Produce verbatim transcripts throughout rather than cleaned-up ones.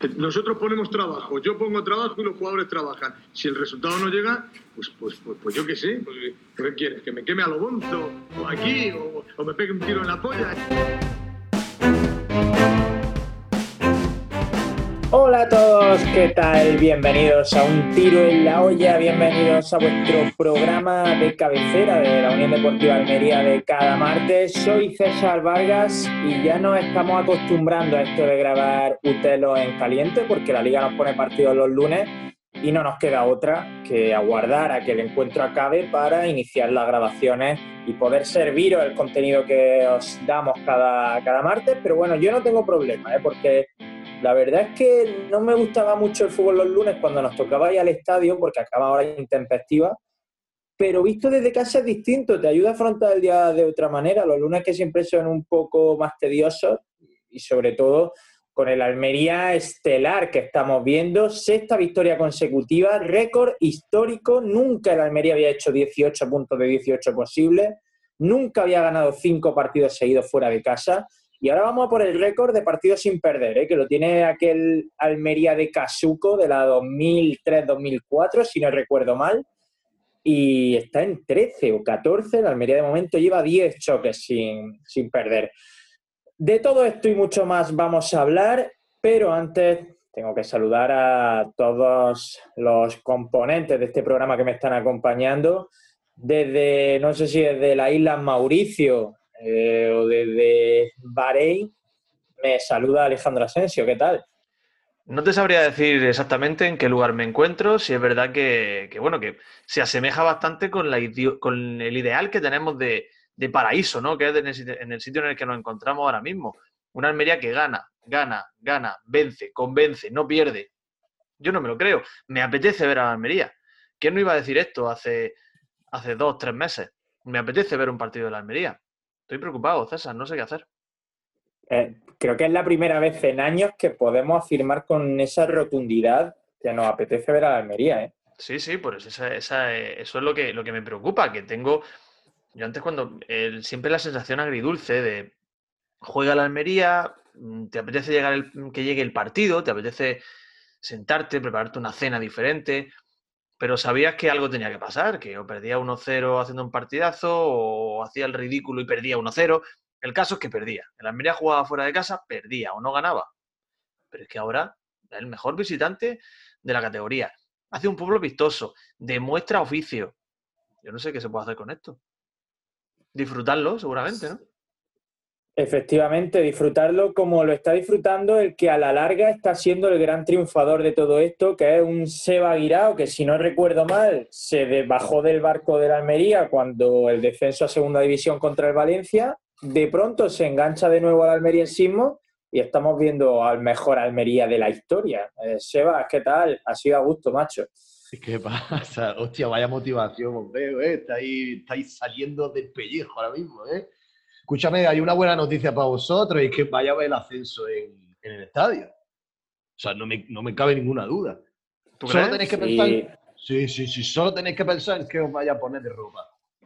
Nosotros ponemos trabajo, yo pongo trabajo y los jugadores trabajan. Si el resultado no llega, pues pues, pues, pues yo qué sé, pues, ¿qué quieres? ¿Que me queme a lo bonzo? ¿O aquí? O, ¿O me pegue un tiro en la polla? Hola a todos, ¿qué tal? Bienvenidos a Un Tiro en la Olla, bienvenidos a vuestro programa de cabecera de la Unión Deportiva Almería de cada martes. Soy César Vargas y ya nos estamos acostumbrando a esto de grabar Utelo en caliente porque la Liga nos pone partidos los lunes y no nos queda otra que aguardar a que el encuentro acabe para iniciar las grabaciones y poder serviros el contenido que os damos cada, cada martes. Pero bueno, yo no tengo problema, ¿eh? Porque la verdad es que no me gustaba mucho el fútbol los lunes cuando nos tocaba ir al estadio porque acaba hora intempestiva, pero visto desde casa es distinto, te ayuda a afrontar el día de otra manera. Los lunes que siempre son un poco más tediosos y sobre todo con el Almería estelar que estamos viendo, sexta victoria consecutiva, récord histórico, nunca el Almería había hecho dieciocho puntos de dieciocho posibles, nunca había ganado cinco partidos seguidos fuera de casa. Y ahora vamos a por el récord de partidos sin perder, ¿eh? Que lo tiene aquel Almería de Casuco de la dos mil tres dos mil cuatro, si no recuerdo mal. Y está en trece o catorce. El Almería de momento lleva diez choques sin, sin perder. De todo esto y mucho más vamos a hablar, pero antes tengo que saludar a todos los componentes de este programa que me están acompañando. Desde, no sé si desde la isla Mauricio... Eh, o desde Bahrein, me saluda Alejandro Asensio. ¿Qué tal? No te sabría decir exactamente en qué lugar me encuentro, si es verdad que, que bueno, que se asemeja bastante con, la, con el ideal que tenemos de, de paraíso, ¿no? Que es en el, en el sitio en el que nos encontramos ahora mismo. Una Almería que gana, gana, gana, vence, convence, no pierde. Yo no me lo creo. Me apetece ver a la Almería. ¿Quién no iba a decir esto hace, hace dos, tres meses? Me apetece ver un partido de la Almería. Estoy preocupado, César, no sé qué hacer. Eh, creo que es la primera vez en años que podemos afirmar con esa rotundidad que nos apetece ver a la Almería, ¿eh? Sí, sí, pues esa, esa, eso es lo que, lo que me preocupa, que tengo... Yo antes cuando... El, siempre la sensación agridulce de... Juega la Almería, te apetece llegar el, que llegue el partido, te apetece sentarte, prepararte una cena diferente, pero sabías que algo tenía que pasar, que o perdía uno cero haciendo un partidazo o hacía el ridículo y perdía uno cero. El caso es que perdía. El Almería jugaba fuera de casa, perdía o no ganaba. Pero es que ahora es el mejor visitante de la categoría. Hace un pueblo vistoso, demuestra oficio. Yo no sé qué se puede hacer con esto. Disfrutarlo, seguramente, ¿no? Efectivamente, disfrutarlo como lo está disfrutando el que a la larga está siendo el gran triunfador de todo esto, que es un Seba Guirao, que si no recuerdo mal, se bajó del barco de la Almería cuando el descenso a segunda división contra el Valencia, de pronto se engancha de nuevo al almeriensismo y estamos viendo al mejor Almería de la historia. Eh, Seba, ¿qué tal? Ha sido a gusto, macho. ¿Qué pasa? Hostia, vaya motivación, hombre, ¿eh? Estáis, estáis saliendo del pellejo ahora mismo, ¿eh? Escúchame, hay una buena noticia para vosotros y es que vaya a ver el ascenso en, en el estadio. O sea, no me, no me cabe ninguna duda. ¿Tú Solo crees? tenéis que Sí. pensar... Sí, sí, sí, solo tenéis que pensar en que os vaya a poner de ropa.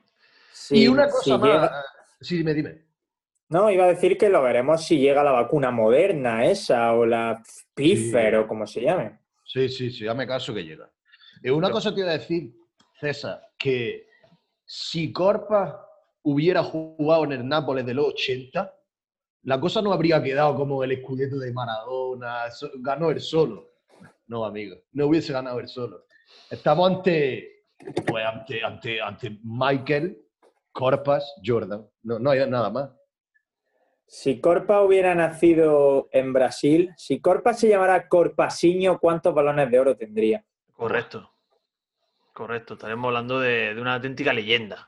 Sí, Y una cosa sí más... llega... Sí, dime, dime. No, iba a decir que lo veremos si llega la vacuna moderna esa o la Pfizer Sí, o como se llame. sí, sí, sí, dame caso que llega. Eh, una Pero... cosa te iba a decir, César, que si Corpa hubiera jugado en el Nápoles de los ochenta, la cosa no habría quedado como el Scudetto de Maradona, so, ganó él solo. No, amigo, no hubiese ganado él solo. Estamos ante, pues, ante, ante, ante Michael, Corpas, Jordan. No, no hay nada más. Si Corpa hubiera nacido en Brasil, si Corpa se llamara Corpasiño, ¿cuántos balones de oro tendría? Correcto. Correcto. Estaremos hablando de, de una auténtica leyenda.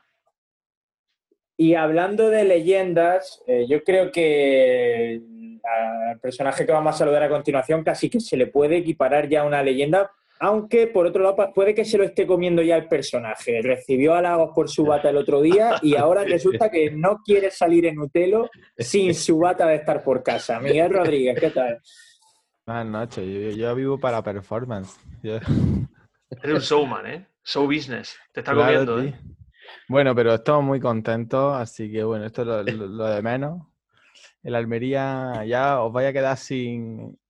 Y hablando de leyendas, eh, yo creo que al personaje que vamos a saludar a continuación casi que se le puede equiparar ya a una leyenda, aunque por otro lado puede que se lo esté comiendo ya el personaje. Recibió halagos por su bata el otro día y ahora resulta que no quiere salir en Utelo sin su bata de estar por casa. Miguel Rodríguez, ¿qué tal? Buenas noches, yo, yo vivo para performance. Yo... Eres un showman, ¿eh? Show business. Te está Claro, comiendo, tío. ¿eh? Bueno, pero estamos muy contentos, así que bueno, esto es lo, lo, lo de menos. El Almería ya os vaya a quedar sin...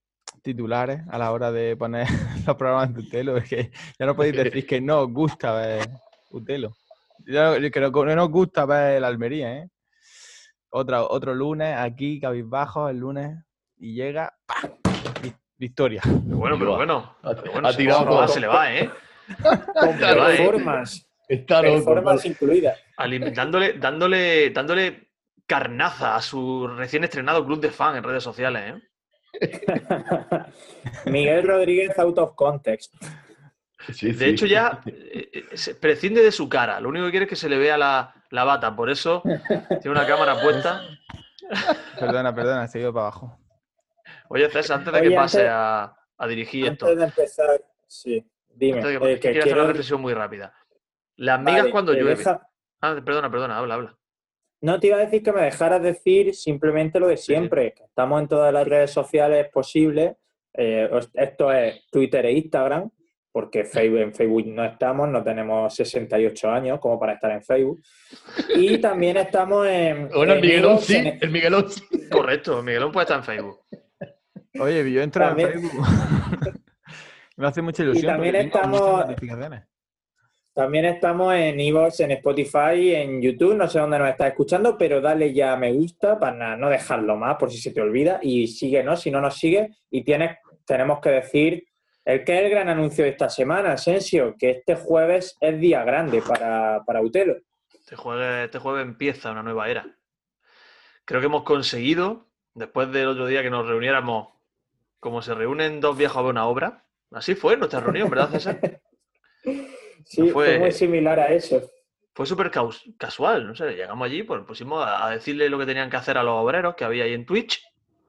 titulares a la hora de poner los programas de Utelo. Es que ya no podéis decir que no os gusta ver Utelo. Yo creo que no nos gusta ver el Almería, ¿eh? Otra, otro lunes aquí, cabizbajo, el lunes, y llega, ¡pam! Victoria. Pero bueno, pero bueno. Pero bueno Ha se, tirado se, le va, con- se le va, ¿eh? Con Se le va, ¿eh? performance, Está loco. performance incluidas. Alim- dándole, dándole, dándole carnaza a su recién estrenado club de fan en redes sociales, ¿eh? Miguel Rodríguez out of context. Sí, De sí. hecho, ya eh, eh, se prescinde de su cara. Lo único que quiere es que se le vea la, la bata. Por eso tiene una cámara puesta. Perdona, perdona, he seguido para abajo. Oye, César, antes de Oye, que pase antes- a, a dirigir esto, Antes de empezar, sí, dime. antes de que, eh, es que que quiero hacer quiero- una reflexión muy rápida. Las migas Vale, cuando te llueve. deja- Ah, perdona, perdona, habla, habla. No, te iba a decir que me dejaras decir simplemente lo de siempre, que estamos en todas las redes sociales posibles. Eh, os- esto es Twitter e Instagram, porque Facebook, en Facebook no estamos, no tenemos sesenta y ocho años como para estar en Facebook. Y también estamos en... Bueno, el en Miguelón iVoox, sí, en- el Miguelón sí. Correcto, Miguelón puede estar en Facebook. Oye, yo entro También- en Facebook. Me hace mucha ilusión. también porque tengo estamos- muchas notificaciones. También estamos en iVoox, en Spotify, en YouTube, no sé dónde nos estás escuchando, pero dale ya a me gusta para no dejarlo más por si se te olvida y síguenos si no nos sigues. Y tienes, tenemos que decir el que es el gran anuncio de esta semana, Asensio, que este jueves es día grande para, para Utelo. Este jueves, este jueves empieza una nueva era. Creo que hemos conseguido, después del otro día que nos reuniéramos, como se reúnen dos viejos a ver una obra. Así fue nuestra reunión, ¿verdad, César? Sí, No fue... fue- muy similar a eso. Fue súper caus- casual, no sé, llegamos allí, pues pusimos a, a decirle lo que tenían que hacer a los obreros que había ahí en Twitch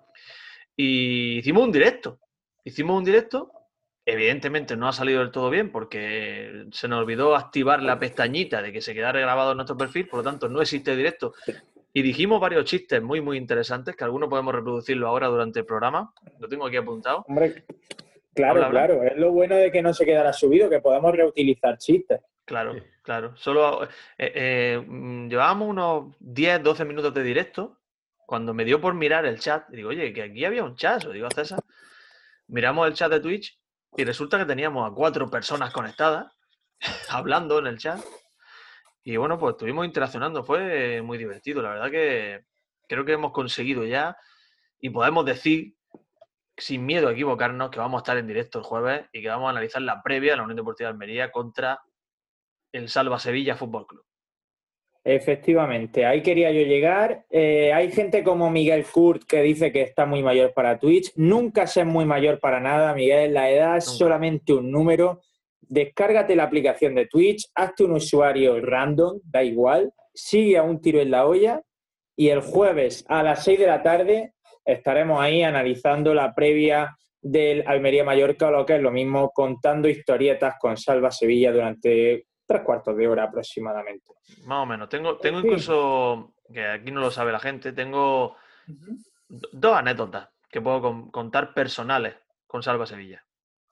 y hicimos un directo. Hicimos un directo, evidentemente no ha salido del todo bien porque se nos olvidó activar la pestañita de que se quedara grabado en nuestro perfil, por lo tanto no existe directo. Y dijimos varios chistes muy, muy interesantes, que algunos podemos reproducirlo ahora durante el programa. Lo tengo aquí apuntado. Hombre, claro, Habla, habla. claro, es lo bueno de que no se quedara subido, que podamos reutilizar chistes. Claro, Sí. claro. Solo eh, eh, mm, llevábamos unos diez, doce minutos de directo cuando me dio por mirar el chat. Y digo, oye, que aquí había un chat, lo digo a César. Miramos el chat de Twitch y resulta que teníamos a cuatro personas conectadas hablando en el chat. Y bueno, pues estuvimos interaccionando. Fue muy divertido. La verdad que creo que hemos conseguido ya y podemos decir sin miedo a equivocarnos que vamos a estar en directo el jueves y que vamos a analizar la previa de la Unión Deportiva de Almería contra el Salva Sevilla Fútbol Club. Efectivamente, ahí quería yo llegar. Eh, hay gente como Miguel Kurt que dice que está muy mayor para Twitch. Nunca ser muy mayor para nada, Miguel. La edad es Nunca. solamente un número. Descárgate la aplicación de Twitch, hazte un usuario random, da igual, sigue a un tiro en la olla y el jueves a las seis de la tarde estaremos ahí analizando la previa del Almería-Mallorca o lo que es lo mismo, contando historietas con Salva Sevilla durante tres cuartos de hora aproximadamente. Más o menos. Tengo, tengo En fin. incluso, que aquí no lo sabe la gente, tengo do- dos anécdotas que puedo con- contar personales con Salva Sevilla.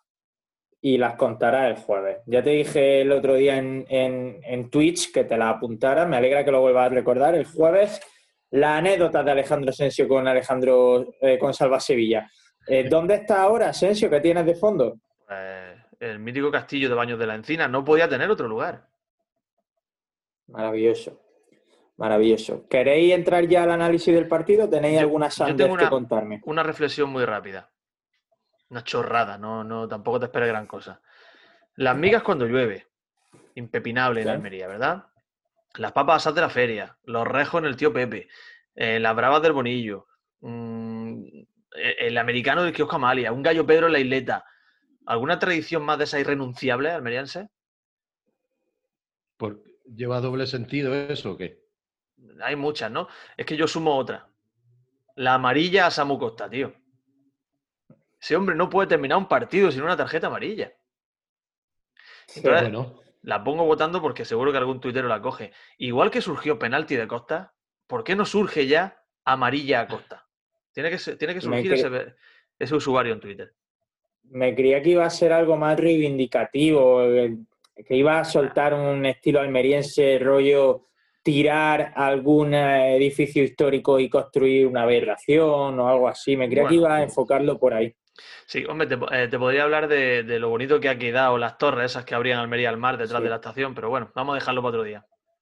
Y las contará el jueves. Ya te dije el otro día en, en, en Twitch que te las apuntara. Me alegra que lo vuelvas a recordar. El jueves, la anécdota de Alejandro Asensio con Alejandro eh, con Salva Sevilla. Eh, ¿Dónde está ahora, Asensio? ¿Qué tienes de fondo? Pues, el mítico castillo de Baños de la Encina no podía tener otro lugar. Maravilloso. Maravilloso. ¿Queréis entrar ya al análisis del partido? ¿Tenéis Yo- alguna yo sandez tengo una- que contarme? Una reflexión muy rápida. Una chorrada, no, no, tampoco te esperes gran cosa. Las migas cuando llueve. Impepinable en Sí. Almería, ¿verdad? Las papas asadas de la feria. Los rejos en el tío Pepe. eh, las bravas del Bonillo. mm, el, el americano del kiosco Amalia. Un gallo Pedro en la isleta. ¿Alguna tradición más de esa irrenunciable almeriense? Por- ¿Lleva doble sentido eso o qué? Hay muchas, ¿no? Es que yo sumo otra. La amarilla a Samu Costa, tío. Ese hombre no puede terminar un partido sin una tarjeta amarilla. Entonces, Bueno, la pongo votando porque seguro que algún tuitero la coge. Igual que surgió penalti de Costa, ¿por qué no surge ya amarilla a Costa? Tiene que, ser- tiene que Me surgir cre- ese, ese usuario en Twitter. Me creía que iba a ser algo más reivindicativo, eh, que iba a soltar un estilo almeriense, rollo tirar algún eh, edificio histórico y construir una aberración o algo así. Me creía que Bueno. iba a enfocarlo por ahí. Sí, hombre, te, eh, te podría hablar de, de lo bonito que ha quedado las torres esas que habrían Almería al mar detrás Sí. de la estación, pero bueno, vamos a dejarlo para otro día.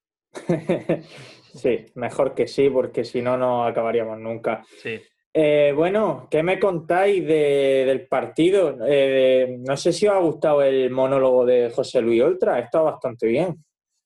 Sí, mejor que sí, porque si no, no acabaríamos nunca. Sí. Eh, bueno, ¿qué me contáis de- del partido? Eh, no sé si os ha gustado el monólogo de José Luis Oltra, ha estado bastante bien.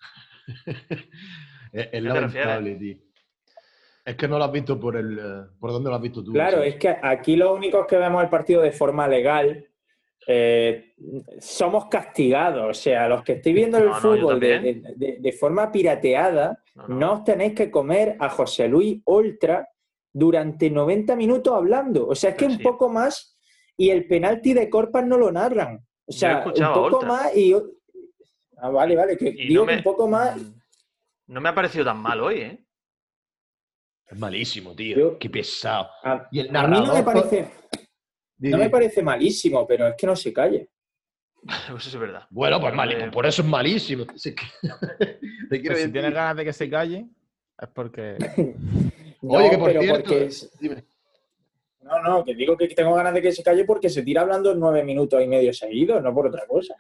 es, es te lamentable, tío. Es que no lo has visto por el... eh, ¿Por dónde lo has visto tú? Claro, ¿sabes? es que aquí los únicos que vemos el partido de forma legal eh, somos castigados. O sea, los que estéis viendo el No, no, yo fútbol de, también. de- de- de forma pirateada, No, no. no. os tenéis que comer a José Luis Oltra durante noventa minutos hablando. O sea, es que Pero un sí, poco más y el penalti de Corpas no lo narran. O yo he sea, un escuchado a poco Oltra. más y... Ah, vale, Y, vale, que y no digo que me, un poco más... mm, no me ha parecido tan mal hoy, ¿eh? Es malísimo, tío. Yo- Qué pesado. A, Y el a mí no me narrador... parece... Di, No di. me parece malísimo, pero es que no se calla. Eso sí es verdad. Bueno, pues No mal, me- por eso es malísimo. Sí que- Te quiero Pues si decir. tienes ganas de que se calle, es porque... No, Oye, que por pero cierto... porque es- Dime. No, no, que digo que tengo ganas de que se calle porque se tira hablando nueve minutos y medio seguidos, no por otra cosa.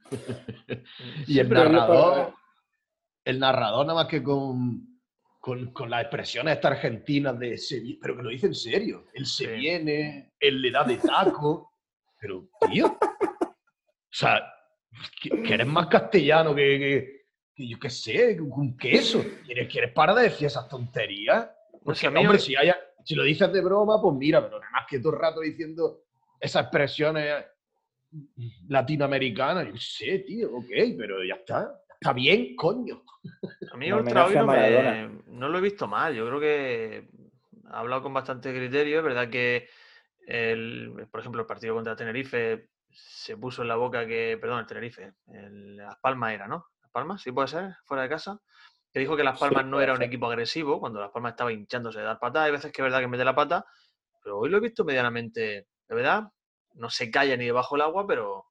Y el pero es lo narrador... que- El narrador nada más que con... Con, con las expresiones estas argentinas de se vi- pero que lo dice en serio. Él se Sí. viene, él le da de taco. Pero, tío. O sea, que, que eres más castellano que, que, que yo qué sé, un queso. ¿Quieres, ¿Quieres parar de decir esas tonterías? Porque, sé, a mí hombre, hoy- si, haya, si lo dices de broma, pues mira, pero nada más que todo el rato diciendo esas expresiones latinoamericanas. Yo qué sé, tío, ok, pero ya está. Está bien, coño. A mí En Ultra hoy homenaje a no, Maradona. me, no lo he visto mal. Yo creo que ha hablado con bastante criterio. Es verdad que, el, por ejemplo, el partido contra Tenerife se puso en la boca que, perdón, el Tenerife, el, Las Palmas era, ¿no? Las Palmas, sí puede ser, fuera de casa. Que dijo que Las Sí, Palmas no puede era un ser. equipo agresivo, cuando Las Palmas estaba hinchándose de dar patada. Hay veces que es verdad que mete la pata, pero hoy lo he visto medianamente, de verdad, no se calla ni debajo del agua, pero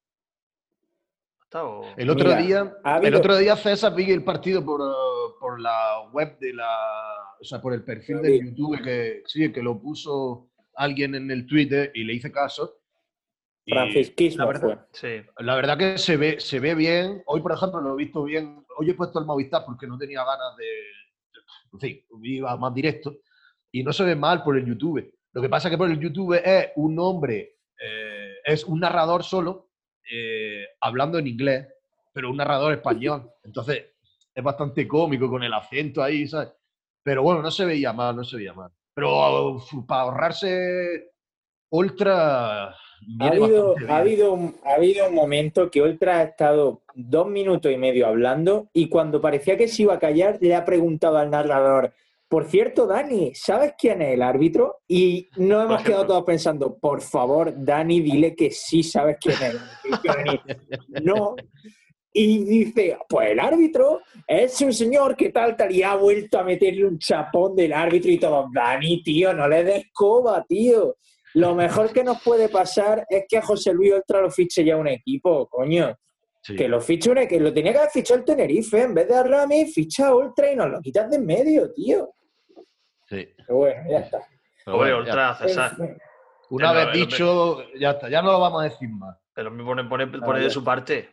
ha estado... El otro Mira, día, ha el habido- otro día César vi el partido por, uh, por la web de la, o sea, por el perfil Lo de vi. YouTube que sí, que lo puso alguien en el Twitter y le hice caso. Y Francisquismo la verdad, fue. Sí, la verdad que se ve, se ve bien. Hoy, por ejemplo, lo he visto bien. Hoy he puesto el Movistar porque no tenía ganas de, en fin, iba más directo y no se ve mal por el YouTube. Lo que pasa es que por el YouTube es un hombre, eh, es un narrador solo eh, hablando en inglés, pero un narrador español. Entonces es bastante cómico con el acento ahí, ¿sabes? Pero bueno, no se veía mal, no se veía mal. Pero uh, para ahorrarse ultra Ha viene habido, bastante bien. ha, habido un, ha habido un momento que Oltra ha estado dos minutos y medio hablando y cuando parecía que se iba a callar le ha preguntado al narrador, por cierto, Dani, ¿sabes quién es el árbitro? Y nos hemos quedado todos pensando, por favor, Dani, dile que sí sabes quién es el árbitro. Dani, no. Y dice, pues el árbitro es un señor que tal, tal, y ha vuelto a meterle un chapón del árbitro y todo. Dani, tío, no le des coba, tío. Lo mejor que nos puede pasar es que a José Luis Oltra lo fiche ya un equipo, coño. Sí. Que lo fiche un equipo. Lo tenía que haber fichado el Tenerife. En vez de a Rami, ficha a Oltra y nos lo quitas de en medio, tío. Sí. Pero bueno, ya está. Pero Pobre bueno, ya Ultra, En César. fin. una El- vez el- dicho, ya está, ya no lo vamos a decir más. El hombre pone, pone, No, pone de ya. su parte.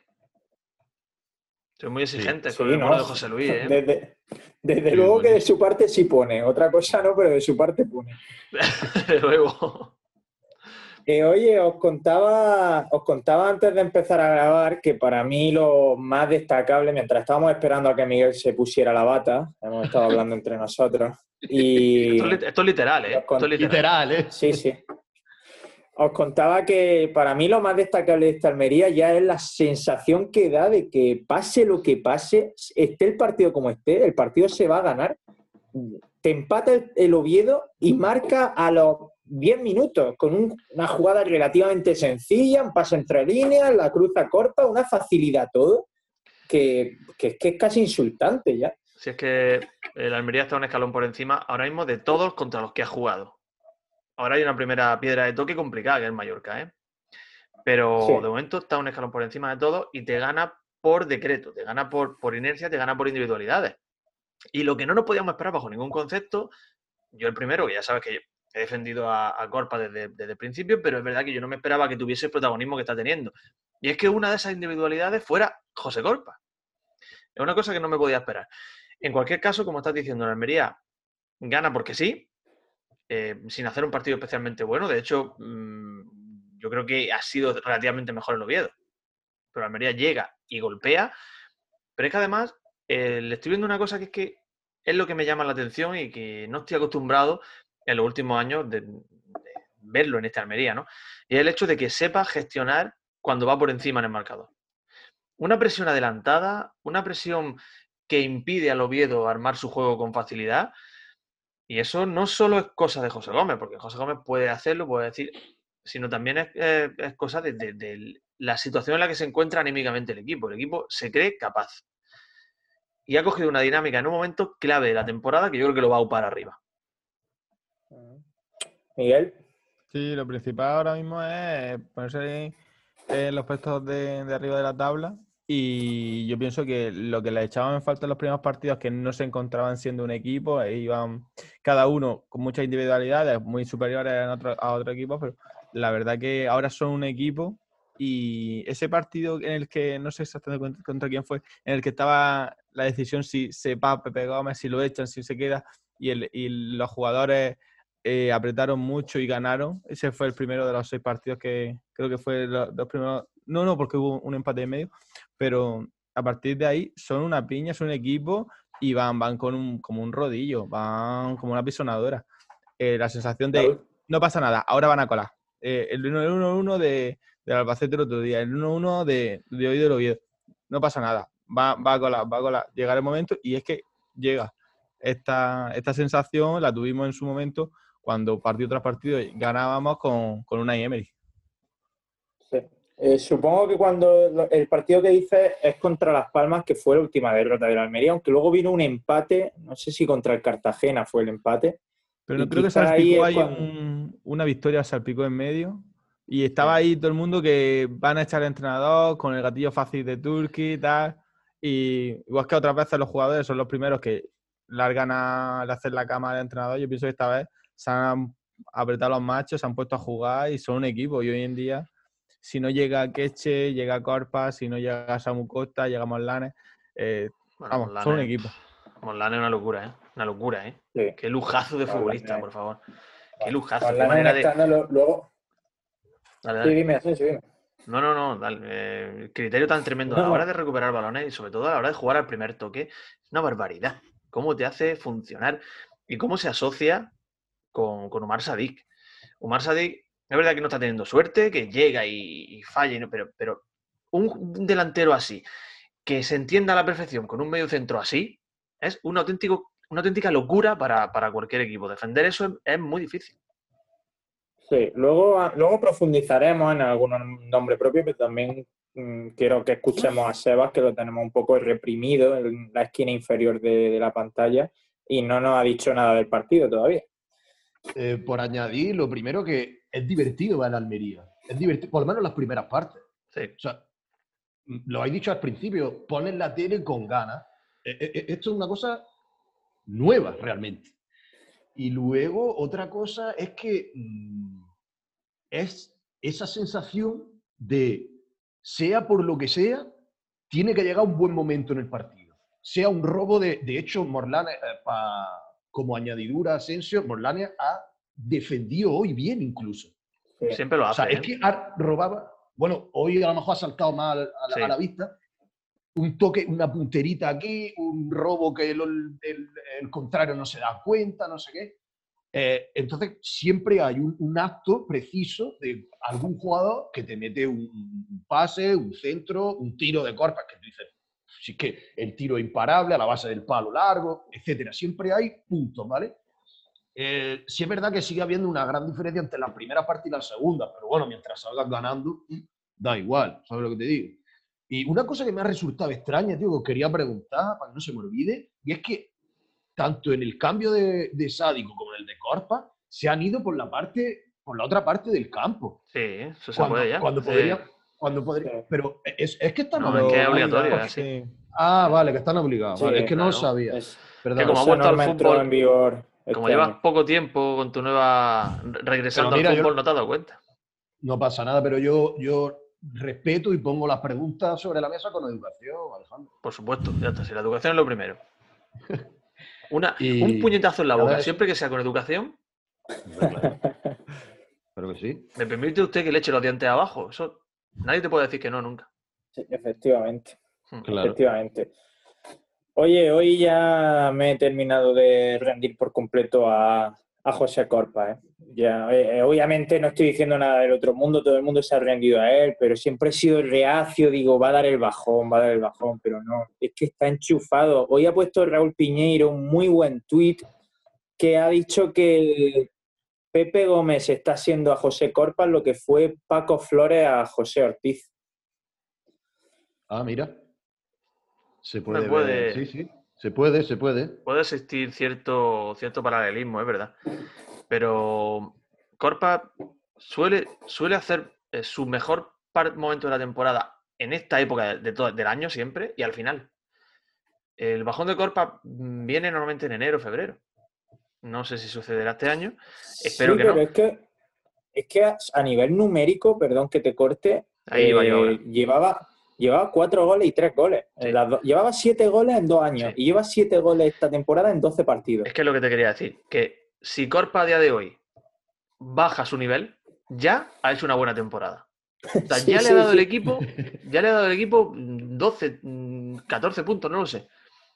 Soy muy exigente Sí, con el no. bono de José Luis, ¿eh? Desde, desde Sí, luego que de buenísimo. su parte sí pone. Otra cosa no, pero de su parte pone. De luego. Eh, oye, os contaba, os contaba antes de empezar a grabar que para mí lo más destacable, mientras estábamos esperando a que Miguel se pusiera la bata, hemos estado hablando entre nosotros, y Esto, es lit- esto es literal, ¿eh? Esto es literal. Literal, ¿eh? sí, sí. Os contaba que para mí lo más destacable de esta Almería ya es la sensación que da de que pase lo que pase, esté el partido como esté, el partido se va a ganar. Te empata el, el Oviedo y marca a los diez minutos con un- una jugada relativamente sencilla, un pase entre líneas, la cruza corta, una facilidad todo, que, que, que es casi insultante ya. Si es que el Almería está un escalón por encima ahora mismo de todos contra los que ha jugado. Ahora hay una primera piedra de toque complicada, que es Mallorca, ¿eh? Pero Sí. de momento está un escalón por encima de todos y te gana por decreto, te gana por, por inercia, te gana por individualidades. Y lo que no nos podíamos esperar bajo ningún concepto, yo el primero, que ya sabes que he defendido a, a Corpa desde, desde el principio, pero es verdad que yo no me esperaba que tuviese el protagonismo que está teniendo. Y es que una de esas individualidades fuera José Corpa. Es una cosa que no me podía esperar. En cualquier caso, como estás diciendo, el Almería gana porque sí, eh, sin hacer un partido especialmente bueno. De hecho, mmm, yo creo que ha sido relativamente mejor el Oviedo. Pero el Almería llega y golpea. Pero es que además eh, le estoy viendo una cosa que es que es lo que me llama la atención y que no estoy acostumbrado en los últimos años de, de verlo en esta Almería, ¿no? Y es el hecho de que sepa gestionar cuando va por encima en el marcador. Una presión adelantada, una presión que impide al Oviedo armar su juego con facilidad. Y eso no solo es cosa de José Gómez, porque José Gómez puede hacerlo, puede decir, sino también es, eh, es cosa de, de, de la situación en la que se encuentra anímicamente el equipo. El equipo se cree capaz. Y ha cogido una dinámica en un momento clave de la temporada que yo creo que lo va a upar arriba. Miguel. Sí, lo principal ahora mismo es ponerse en los puestos de, de arriba de la tabla. Y yo pienso que lo que le echaban en falta en los primeros partidos es que no se encontraban siendo un equipo, e iban cada uno con muchas individualidades muy superiores a otro, a otro equipo, pero la verdad que ahora son un equipo. Y ese partido en el que, no sé exactamente contra quién fue, en el que estaba la decisión si se va Pepe Gómez, si lo echan, si se queda, y, el, y los jugadores eh, apretaron mucho y ganaron. Ese fue el primero de los seis partidos que creo que fue los, los primeros. No, no, porque hubo un empate en medio, pero a partir de ahí son una piña, son un equipo y van, van con un, como un rodillo, van como una pisonadora. Eh, la sensación de no pasa nada, ahora van a colar. Eh, el uno uno de, del Albacete el otro día, el uno uno de, de hoy del Oviedo. No pasa nada, va, va a colar, va a colar. Llegar el momento y es que llega. Esta, esta sensación la tuvimos en su momento cuando partido tras partido ganábamos con, con Unai Emery. Sí. Eh, supongo que cuando el partido que dices es contra Las Palmas, que fue la última derrota de la Almería, aunque luego vino un empate, no sé si contra el Cartagena fue el empate. Pero no creo que salpicó ahí cuando... un, una victoria, salpicó en medio. Y estaba sí. ahí todo el mundo que van a echar al entrenador con el gatillo fácil de Turki y tal. Y igual que otras veces los jugadores son los primeros que largan a hacer la cama al entrenador. Yo pienso que esta vez se han apretado los machos, se han puesto a jugar y son un equipo. Y hoy en día, si no llega Queche, llega Corpa, si no llega Samu Costa, llega Morlanes, eh, bueno, vamos, Morlanes, son un equipo. Morlanes es una locura, ¿eh? Una locura, ¿eh? Sí. Qué lujazo de Morlanes. futbolista, por favor. Qué lujazo. Qué manera de... Luego... Dale, dale. Sí, dime, sí, sí, dime. No, no, no. Dale. Eh, el criterio tan tremendo no. a la hora de recuperar balones y sobre todo a la hora de jugar al primer toque. Es una barbaridad. Cómo te hace funcionar y cómo se asocia con, con Umar Sadik. Umar Sadik, es verdad que no está teniendo suerte, que llega y, y falla, pero, pero un delantero así, que se entienda a la perfección con un medio centro así, es un auténtico, una auténtica locura para, para cualquier equipo. Defender eso es, es muy difícil. Sí, luego, luego profundizaremos en algunos nombres propios, pero también mmm, quiero que escuchemos a Sebas, que lo tenemos un poco reprimido en la esquina inferior de, de la pantalla y no nos ha dicho nada del partido todavía. Eh, por añadir, lo primero que es divertido ver la Almería. Es divertido, por lo menos las primeras partes. Sí. O sea, lo habéis dicho al principio, ponen la tele con ganas. Eh, eh, esto es una cosa nueva, realmente. Y luego, otra cosa es que mmm, es esa sensación de, sea por lo que sea, tiene que llegar un buen momento en el partido. Sea un robo de... De hecho, Morlanes, eh, pa, como añadidura a Asensio, Morlanes ha defendido hoy bien incluso. Siempre lo hace. O sea, ¿eh? es que ha, robaba... Bueno, hoy a lo mejor ha saltado más a la, sí. a la vista. Un toque, una punterita aquí, un robo que el, el, el contrario no se da cuenta, no sé qué. Eh, entonces, siempre hay un, un acto preciso de algún jugador que te mete un, un pase, un centro, un tiro de Corpa, que tú dices, si es que el tiro es imparable, a la base del palo largo, etcétera. Siempre hay puntos, ¿vale? Eh, sí es verdad que sigue habiendo una gran diferencia entre la primera parte y la segunda, pero bueno, mientras salgas ganando, da igual, ¿sabes lo que te digo? Y una cosa que me ha resultado extraña, tío, que os quería preguntar, para que no se me olvide, y es que tanto en el cambio de, de Sádico como en el de Corpa, se han ido por la parte, por la otra parte del campo. Sí, eso se cuando, puede ya. Cuando sí. podría, cuando podría, pero es, es que están no, obligados. Es que es obligatorio, sí. Ah, vale, que están obligados. Sí, vale, es que claro. no lo sabía. Es, que como ha vuelto al fútbol en vigor este Como llevas año. poco tiempo con tu nueva... regresando Pero mira, al fútbol, yo- no te has dado cuenta. No pasa nada, pero yo, yo respeto y pongo las preguntas sobre la mesa con educación, Alejandro. Por supuesto, ya está. Si la educación es lo primero. Una, Y- un puñetazo en la y ahora boca, eso- siempre que sea con educación, Hombre, claro. Claro que sí. ¿me permite usted que le eche los dientes abajo? Eso nadie te puede decir que no nunca. Sí, efectivamente. Hmm. Claro. Efectivamente. Oye, hoy ya me he terminado de rendir por completo a, a José Corpa. ¿eh? Ya, eh, obviamente no estoy diciendo nada del otro mundo, todo el mundo se ha rendido a él, pero siempre he sido reacio, digo, va a dar el bajón, va a dar el bajón, pero no, es que está enchufado. Hoy ha puesto Raúl Piñeiro un muy buen tuit que ha dicho que Pepe Gómez está haciendo a José Corpa lo que fue Paco Flores a José Ortiz. Ah, mira. Se Me puede, puede- ver. Sí, sí. Se puede, se puede. Puede existir cierto, cierto paralelismo, es verdad. Pero Corpa suele, suele hacer eh, su mejor par- momento de la temporada en esta época de todo, del año siempre y al final. El bajón de Corpa mm, viene normalmente en enero, febrero. No sé si sucederá este año. Espero sí, que pero no. es que, es que a, a nivel numérico, perdón que te corte, Ahí va yo eh, ahora. llevaba, llevaba cuatro goles y tres goles. Sí. En las do- llevaba siete goles en dos años Sí. y lleva siete goles esta temporada en doce partidos. Es que es lo que te quería decir. Que si Corpa a día de hoy baja su nivel, ya ha hecho una buena temporada. O sea, Sí, ya le sí, ha dado sí. el equipo, ya le ha dado el equipo doce, catorce puntos, no lo sé.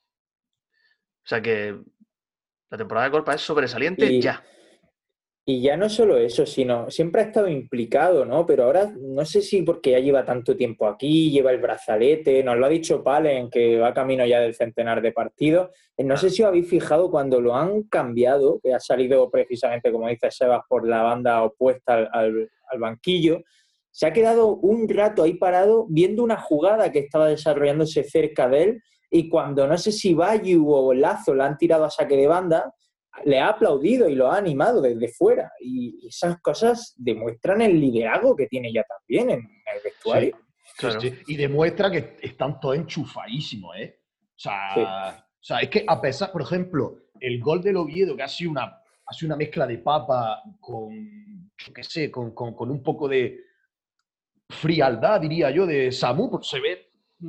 O sea que la temporada de Corpa es sobresaliente Y- ya. Y ya no solo eso, sino siempre ha estado implicado, ¿no? Pero ahora no sé si porque ya lleva tanto tiempo aquí, lleva el brazalete, nos lo ha dicho Palen, que va camino ya del centenar de partidos. Eh, No sé si os habéis fijado cuando lo han cambiado, que ha salido precisamente, como dice Sebas, por la banda opuesta al, al- al banquillo. Se ha quedado un rato ahí parado viendo una jugada que estaba desarrollándose cerca de él y cuando no sé si Bayu o Lazo la han tirado a saque de banda, le ha aplaudido y lo ha animado desde fuera. Y esas cosas demuestran el liderazgo que tiene ya también en el vestuario. Sí, Claro. sí. Y demuestra que están todos enchufadísimos, ¿eh? O sea, Sí. o sea, es que a pesar, por ejemplo, el gol del Oviedo, que ha sido una, ha sido una mezcla de papa con, yo qué sé, con, con, con un poco de frialdad, diría yo, de Samu, porque se ve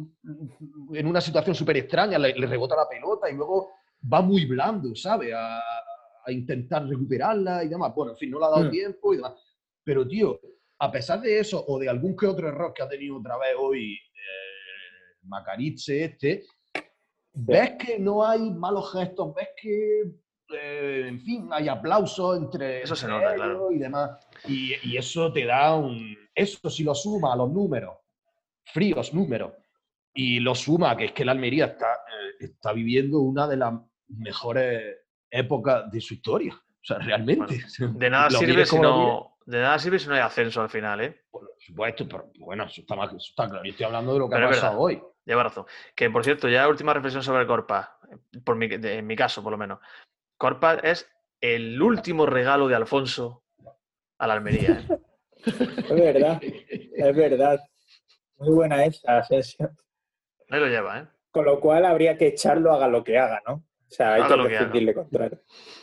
en una situación súper extraña, le, le rebota la pelota y luego va muy blando, ¿sabes? A, a intentar recuperarla y demás. Bueno, en fin, no le ha dado Mm. tiempo y demás. Pero, tío, a pesar de eso, o de algún que otro error que ha tenido otra vez hoy eh, Macaritze este, ves que no hay malos gestos, ves que, eh, en fin, hay aplausos entre, Eso se entre nota, ellos claro. y demás. Y, y eso te da un... Eso si lo suma a los números, fríos números, y lo suma que es que la Almería está, eh, está viviendo una de las mejores épocas de su historia. O sea, realmente. Bueno, de nada Lo sirve mires si como lo mires, no. De nada sirve si no hay ascenso al final, ¿eh? por supuesto, pero bueno, eso está, más, eso está claro. Yo estoy hablando de lo que Pero ha es pasado verdad. hoy. Lleva razón. Que por cierto, ya última reflexión sobre Corpa, por mi, de- en mi caso por lo menos. Corpa es el último regalo de Alfonso a la Almería. ¿eh? Es verdad, es verdad. Muy buena esa, Asensio. Ahí lo lleva, ¿eh? Con lo cual habría que echarlo, haga lo que haga, ¿no? O sea, hay Haga que lo que haga. prescindirle contrario.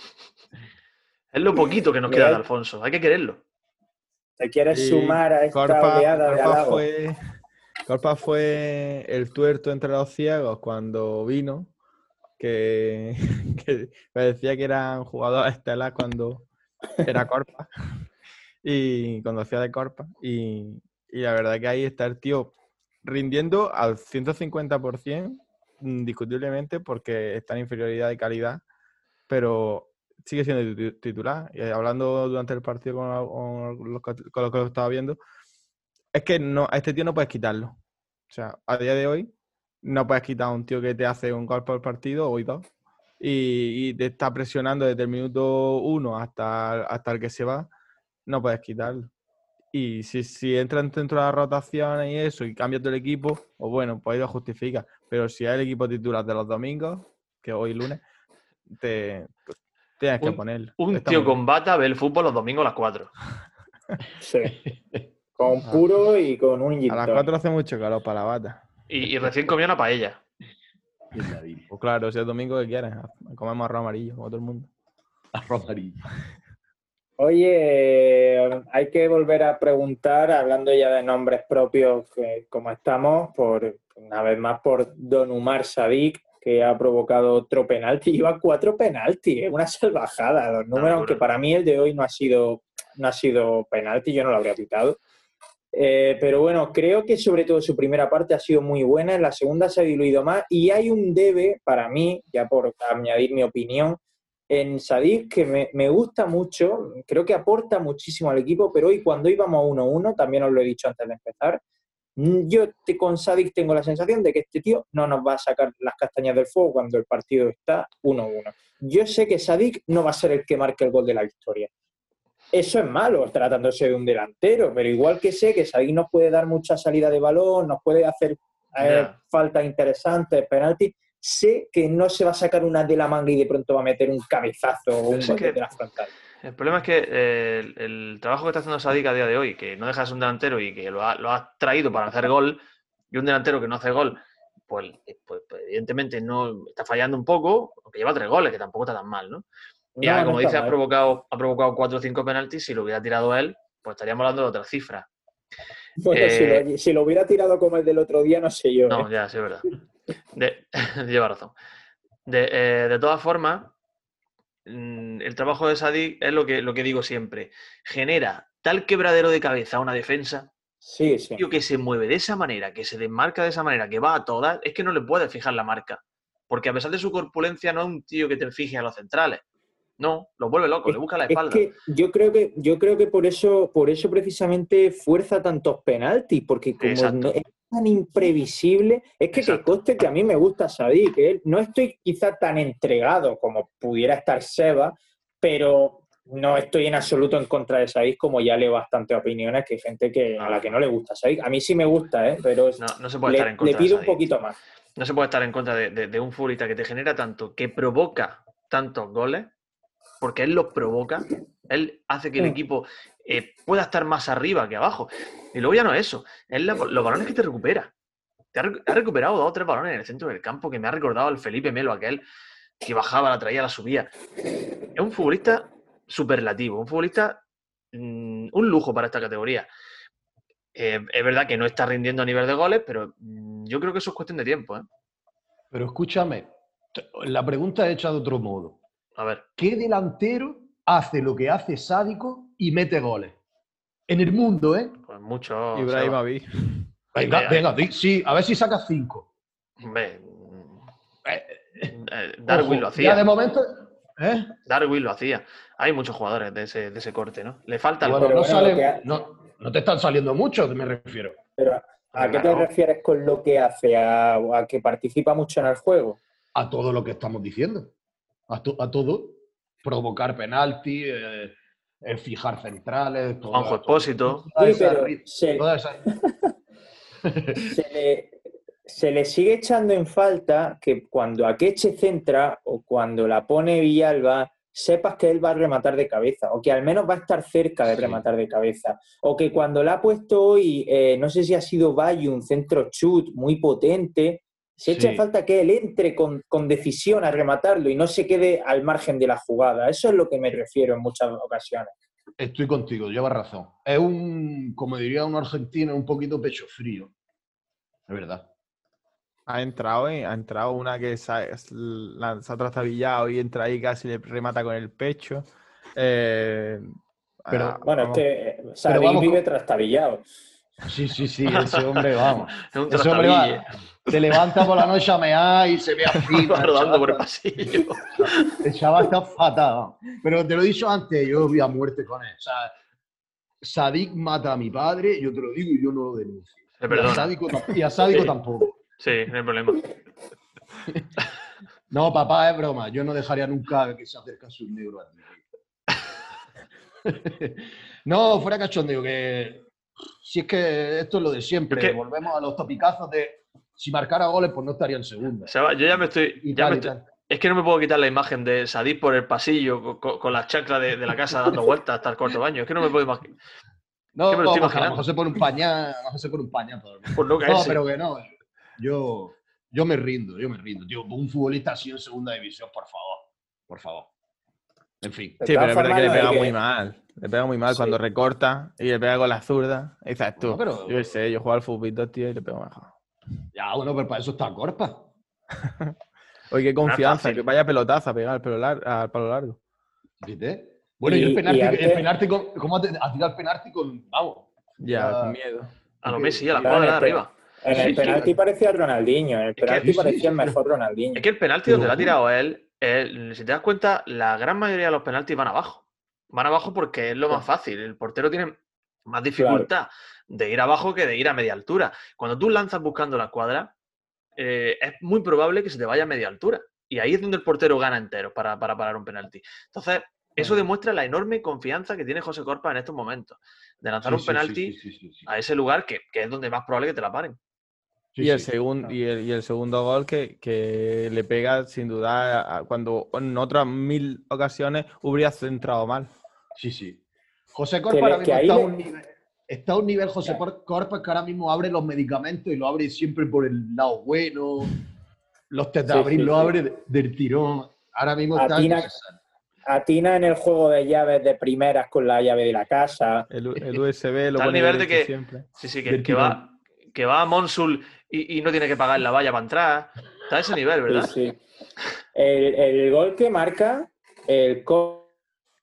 Es lo poquito que nos Mira, queda de Alfonso. Hay que quererlo. ¿Te quieres Y sumar a esta Corpa, oleada de Corpa halagos? fue, Corpa fue el tuerto entre los ciegos cuando vino, que, que parecía que era un jugador estelar cuando era Corpa y cuando hacía de Corpa. Y, y la verdad que ahí está el tío rindiendo al ciento cincuenta por ciento, indiscutiblemente, porque está en inferioridad de calidad, pero sigue siendo titu- titular. Y hablando durante el partido con, con los, que- con los que lo estaba viendo, es que no, a este tío no puedes quitarlo. O sea, a día de hoy no puedes quitar a un tío que te hace un gol por partido o dos y, y te está presionando desde el minuto uno hasta, hasta el que se va. No puedes quitarlo. Y si, si entran dentro de las rotaciones y eso y cambias del equipo, pues bueno, pues ahí lo justifica. Pero si es el equipo titular de los domingos, que hoy lunes, te pues, tienes que Un, ponerlo. un Está tío muy bien. con bata ve el fútbol los domingos a las cuatro. Sí. Con puro y con un gin A las tonic. cuatro hace mucho calor para la bata. Y, y recién comió una paella. Es la vida. Pues claro, si es domingo que quieres, comemos arroz amarillo, como todo el mundo. a Romarillo. Oye, hay que volver a preguntar, hablando ya de nombres propios, que, como estamos, por una vez más por Don Umar Sadik, que ha provocado otro penalti. Lleva cuatro penaltis, es una salvajada. Los números, aunque para mí el de hoy no ha sido, no ha sido penalti, yo no lo habría pitado. Eh, pero bueno, creo que sobre todo su primera parte ha sido muy buena, en la segunda se ha diluido más y hay un debe para mí, ya por añadir mi opinión, en Sadik que me, me gusta mucho, creo que aporta muchísimo al equipo, pero hoy cuando íbamos uno uno, también os lo he dicho antes de empezar, yo te, con Sadik tengo la sensación de que este tío no nos va a sacar las castañas del fuego cuando el partido está uno uno. Yo sé que Sadik no va a ser el que marque el gol de la victoria. Eso es malo, tratándose de un delantero, pero igual que sé que Sadik nos puede dar mucha salida de balón, nos puede hacer eh, Yeah. faltas interesantes, penaltis, sé que no se va a sacar una de la manga y de pronto va a meter un cabezazo o un es gol que- de la frontal. El problema es que eh, el, el trabajo que está haciendo Sadik a día de hoy, que no deja de ser un delantero y que lo ha, lo ha traído para hacer gol, y un delantero que no hace gol, pues, eh, pues, pues, evidentemente no está fallando un poco, aunque lleva tres goles, que tampoco está tan mal, ¿no? Y No, ahora, no como está dice, ha mal. provocado, ha provocado cuatro o cinco penaltis. Si lo hubiera tirado él, pues estaríamos hablando de otra cifra. Bueno, si, Eh, lo, si lo hubiera tirado como el del otro día, no sé yo. No, ¿eh? ya, sí, es verdad. De, lleva razón. De, eh, de todas formas, mm, el trabajo de Sadik es lo que, lo que digo siempre. Genera tal quebradero de cabeza a una defensa, Sí, sí. tío, que se mueve de esa manera, que se desmarca de esa manera, que va a todas, es que no le puedes fijar la marca. Porque a pesar de su corpulencia, no es un tío que te fije a los centrales. No, lo vuelve loco, Es, le busca la es espalda. que yo creo que yo creo que por eso por eso precisamente fuerza tantos penaltis, porque como Exacto. no- es tan imprevisible, es que que Exacto. conste que a mí me gusta Sadik, que él- no estoy quizá tan entregado como pudiera estar Seba, pero no estoy en absoluto en contra de Sadik, como ya leo bastantes opiniones que hay gente que a la que no le gusta Sadik. A mí sí me gusta, ¿eh? Pero es- No, no se puede estar le, en le contra de pido un Sadik. poquito más. No se puede estar en contra de, de- de un futbolista que te genera tanto, que provoca tantos goles, porque él los provoca, él hace que el Mm. equipo eh, pueda estar más arriba que abajo. Y luego ya no es eso, es la- los balones que te recupera. Te ha, rec- ha recuperado dos o tres balones en el centro del campo que me ha recordado al Felipe Melo, aquel que bajaba, la traía, la subía. Es un futbolista superlativo, un futbolista, mm, un lujo para esta categoría. Eh, es verdad que no está rindiendo a nivel de goles, pero mm, yo creo que eso es cuestión de tiempo, ¿eh? Pero escúchame, t- la pregunta es hecha de otro modo. A ver. ¿Qué delantero hace lo que hace Sádico y mete goles? En el mundo, ¿eh? Pues mucho. Ibrahimovic. Venga, Venga, venga, di- sí, a ver si sacas cinco. Hombre, Eh, eh, Darwin Ojo, lo ya hacía. de momento, ¿eh? Darwin lo hacía. Hay muchos jugadores de ese, de ese corte, ¿no? Le falta el Bueno, gol. no, bueno, salen- lo que ha- no, no te están saliendo muchos, me refiero. Pero, ¿a qué te Claro. refieres con lo que hace? ¿A, a que participa mucho en el juego? A todo lo que estamos diciendo. A, to- a todo. Provocar penalti, eh, eh, fijar centrales. Todo, Juanjo todo- Expósito. toda Sí, esa pero ri- se, toda esa- se le, se le sigue echando en falta que cuando Akeche centra o cuando la pone Villalba, sepas que él va a rematar de cabeza, o que al menos va a estar cerca de Sí. rematar de cabeza. O que cuando la ha puesto hoy, eh, no sé si ha sido Bayo, un centro chut muy potente, se echa en Sí. falta que él entre con, con decisión a rematarlo y no se quede al margen de la jugada. Eso es lo que me refiero en muchas ocasiones. Estoy contigo, llevas razón. Es un, como diría un argentino, un poquito pecho frío. Es verdad. Ha entrado, ¿eh? Ha entrado una que se ha, la- se ha trastabillado y entra ahí casi le remata con el pecho. Eh, Pero- ah, Bueno, vamos. es que eh, Sadik vamos vive con- trastabillado. Sí, sí, sí, ese hombre, vamos. Es un Ese hombre va- trastabille. se levanta por la noche a mear y se ve así. Va rodando por el chaval, pasillo. el chaval está fatal. vamos. Pero te lo he dicho antes, yo voy a muerte con él. O sea, Sadik mata a mi padre, yo te lo digo y yo no lo denuncio. Se Y a perdona. Sádico, tam- y a Sádico Sí. tampoco. Sí, no hay problema. No, papá, es broma. Yo no dejaría nunca que se acercase un negro a ti. No, fuera cachondeo, que si es que esto es lo de siempre. Es que- Volvemos a los topicazos de si marcara goles, pues no estaría en segunda. Seba, yo ya me estoy. Y ya tal, me y estoy- tal. Es que no me puedo quitar la imagen de Sadik por el pasillo con, con las chanclas de, de la casa dando vueltas hasta el cuarto baño. Es que no me puedo imaginar. No, ¿Qué me lo estoy porque a lo imaginando? mejor se pone un pañal, a lo mejor se pone un pañal todo el mundo. Por no No, caerse. pero que no. Yo, yo me rindo, yo me rindo. Tío, un futbolista así en segunda división, por favor. Por favor. En fin. De Sí, todas pero es verdad que le formas, pega lo muy que- mal. Le pega muy mal Sí. cuando recorta y le pega con la zurda. Y dices tú, Bueno, pero- yo qué sé, yo juego al fútbol, tío, y le pego mejor. Ya, bueno, pero para eso está Corpa. Oye, qué confianza, fácil. que vaya pelotazo a pegar al palo, lar- al palo largo. ¿Viste? Bueno, y, Y- el penalti, y antes- el penalti con, ¿cómo ha tirado el penalti con, vamos? Ya, Ya- con miedo. A lo Ok, Messi, a la sí. cuadra de Claro, en el arriba. En el Sí, sí. penalti parecía Ronaldinho, en el Es que- penalti Sí, sí, parecía el sí, mejor Ronaldinho. Es que el penalti Te lo donde lo ha juro. tirado él, él, si te das cuenta, la gran mayoría de los penaltis van abajo. Van abajo porque es lo más fácil. El portero tiene más dificultad de ir abajo que de ir a media altura. Cuando tú lanzas buscando la cuadra, eh, es muy probable que se te vaya a media altura. Y ahí es donde el portero gana entero para, para parar un penalti. Entonces, eso demuestra la enorme confianza que tiene José Corpa en estos momentos. De lanzar Sí, un sí, penalti sí, sí, sí, sí. a ese lugar que, que es donde más probable que te la paren. Sí, y, el sí. segun- y, el, y el segundo gol que, que le pega sin duda a- a- cuando en otras mil ocasiones hubiera centrado mal. Sí, sí. José Que Corpa le- ahora que mismo ahí está a le- un nivel, está a un nivel José Por- Corpa que ahora mismo abre los medicamentos y lo abre siempre por el lado bueno. Los test de Sí, abril sí, lo sí. abre de- del tirón. Ahora mismo está Atina- que se sale. Atina en el juego de llaves de primeras con la llave de la casa. El, U- el U S B lo Está al pone nivel de derecho que, siempre. sí, sí, que, Del que va, tirón. que va a Monsul y, y no tiene que pagar la valla para entrar. Está a ese nivel, ¿verdad? Sí, sí. El, el gol que marca el co-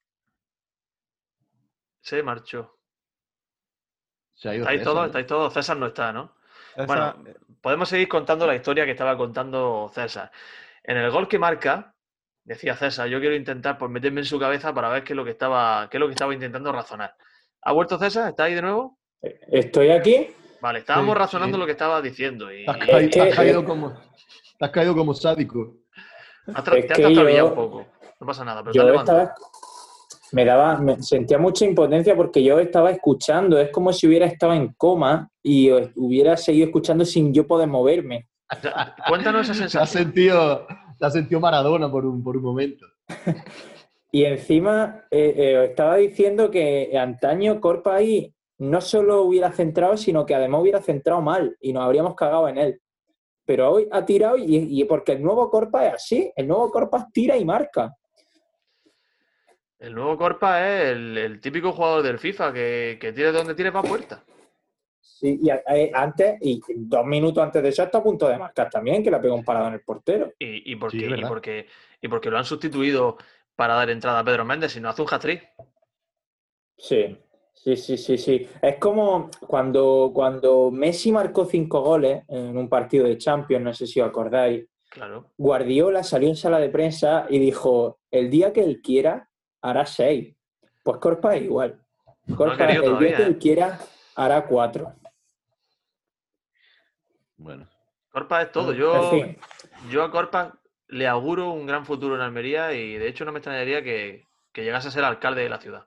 Se marchó. Se ha ido ¿Estáis César, todos? ¿no? ¿Estáis todos? César no está, ¿no? Esa- Bueno, podemos seguir contando la historia que estaba contando César. En el gol que marca, decía César, yo quiero intentar pues, meterme en su cabeza para ver qué es lo que estaba, qué es lo que estaba intentando razonar. ¿Ha vuelto César? ¿Está ahí de nuevo? Estoy aquí. Vale, estábamos Sí, razonando sí. lo que estaba diciendo y Te has, Es caído, que- te has caído como, te has caído como sádico. has tra- es te has que trastabillado yo- un poco. No pasa nada, pero te has Yo levantado. estaba, me daba, me sentía mucha impotencia porque yo estaba escuchando, es como si hubiera estado en coma y hubiera seguido escuchando sin yo poder moverme. Ya, cuéntanos esa Te has sensación. sentido, te has sentido Maradona por un, por un momento. Y encima eh, eh, estaba diciendo que antaño Corpa ahí no solo hubiera centrado, sino que además hubiera centrado mal y nos habríamos cagado en él. Pero hoy ha tirado y, y porque el nuevo Corpa es así, el nuevo Corpa tira y marca. El nuevo Corpa es el, el típico jugador del FIFA que, que tire de donde tire para puerta. Sí, y a- eh, antes, y dos minutos antes de eso está a punto de marcar también, que le pegó un parado en el portero. Y, y, porque, Sí, es y, verdad. porque, y porque lo han sustituido para dar entrada a Pedro Méndez y no hace un hat-trick. Sí, sí, sí, sí, sí. Es como cuando, cuando Messi marcó cinco goles en un partido de Champions, no sé si os acordáis. Claro. Guardiola salió en sala de prensa y dijo, el día que él quiera, hará seis. Pues Corpa es igual. No ha Corpa, querido el día todavía, que ¿eh? él quiera, hará cuatro. Bueno. Corpa es todo. En Yo, fin, yo a Corpa le auguro un gran futuro en Almería y de hecho no me extrañaría que, que llegase a ser alcalde de la ciudad.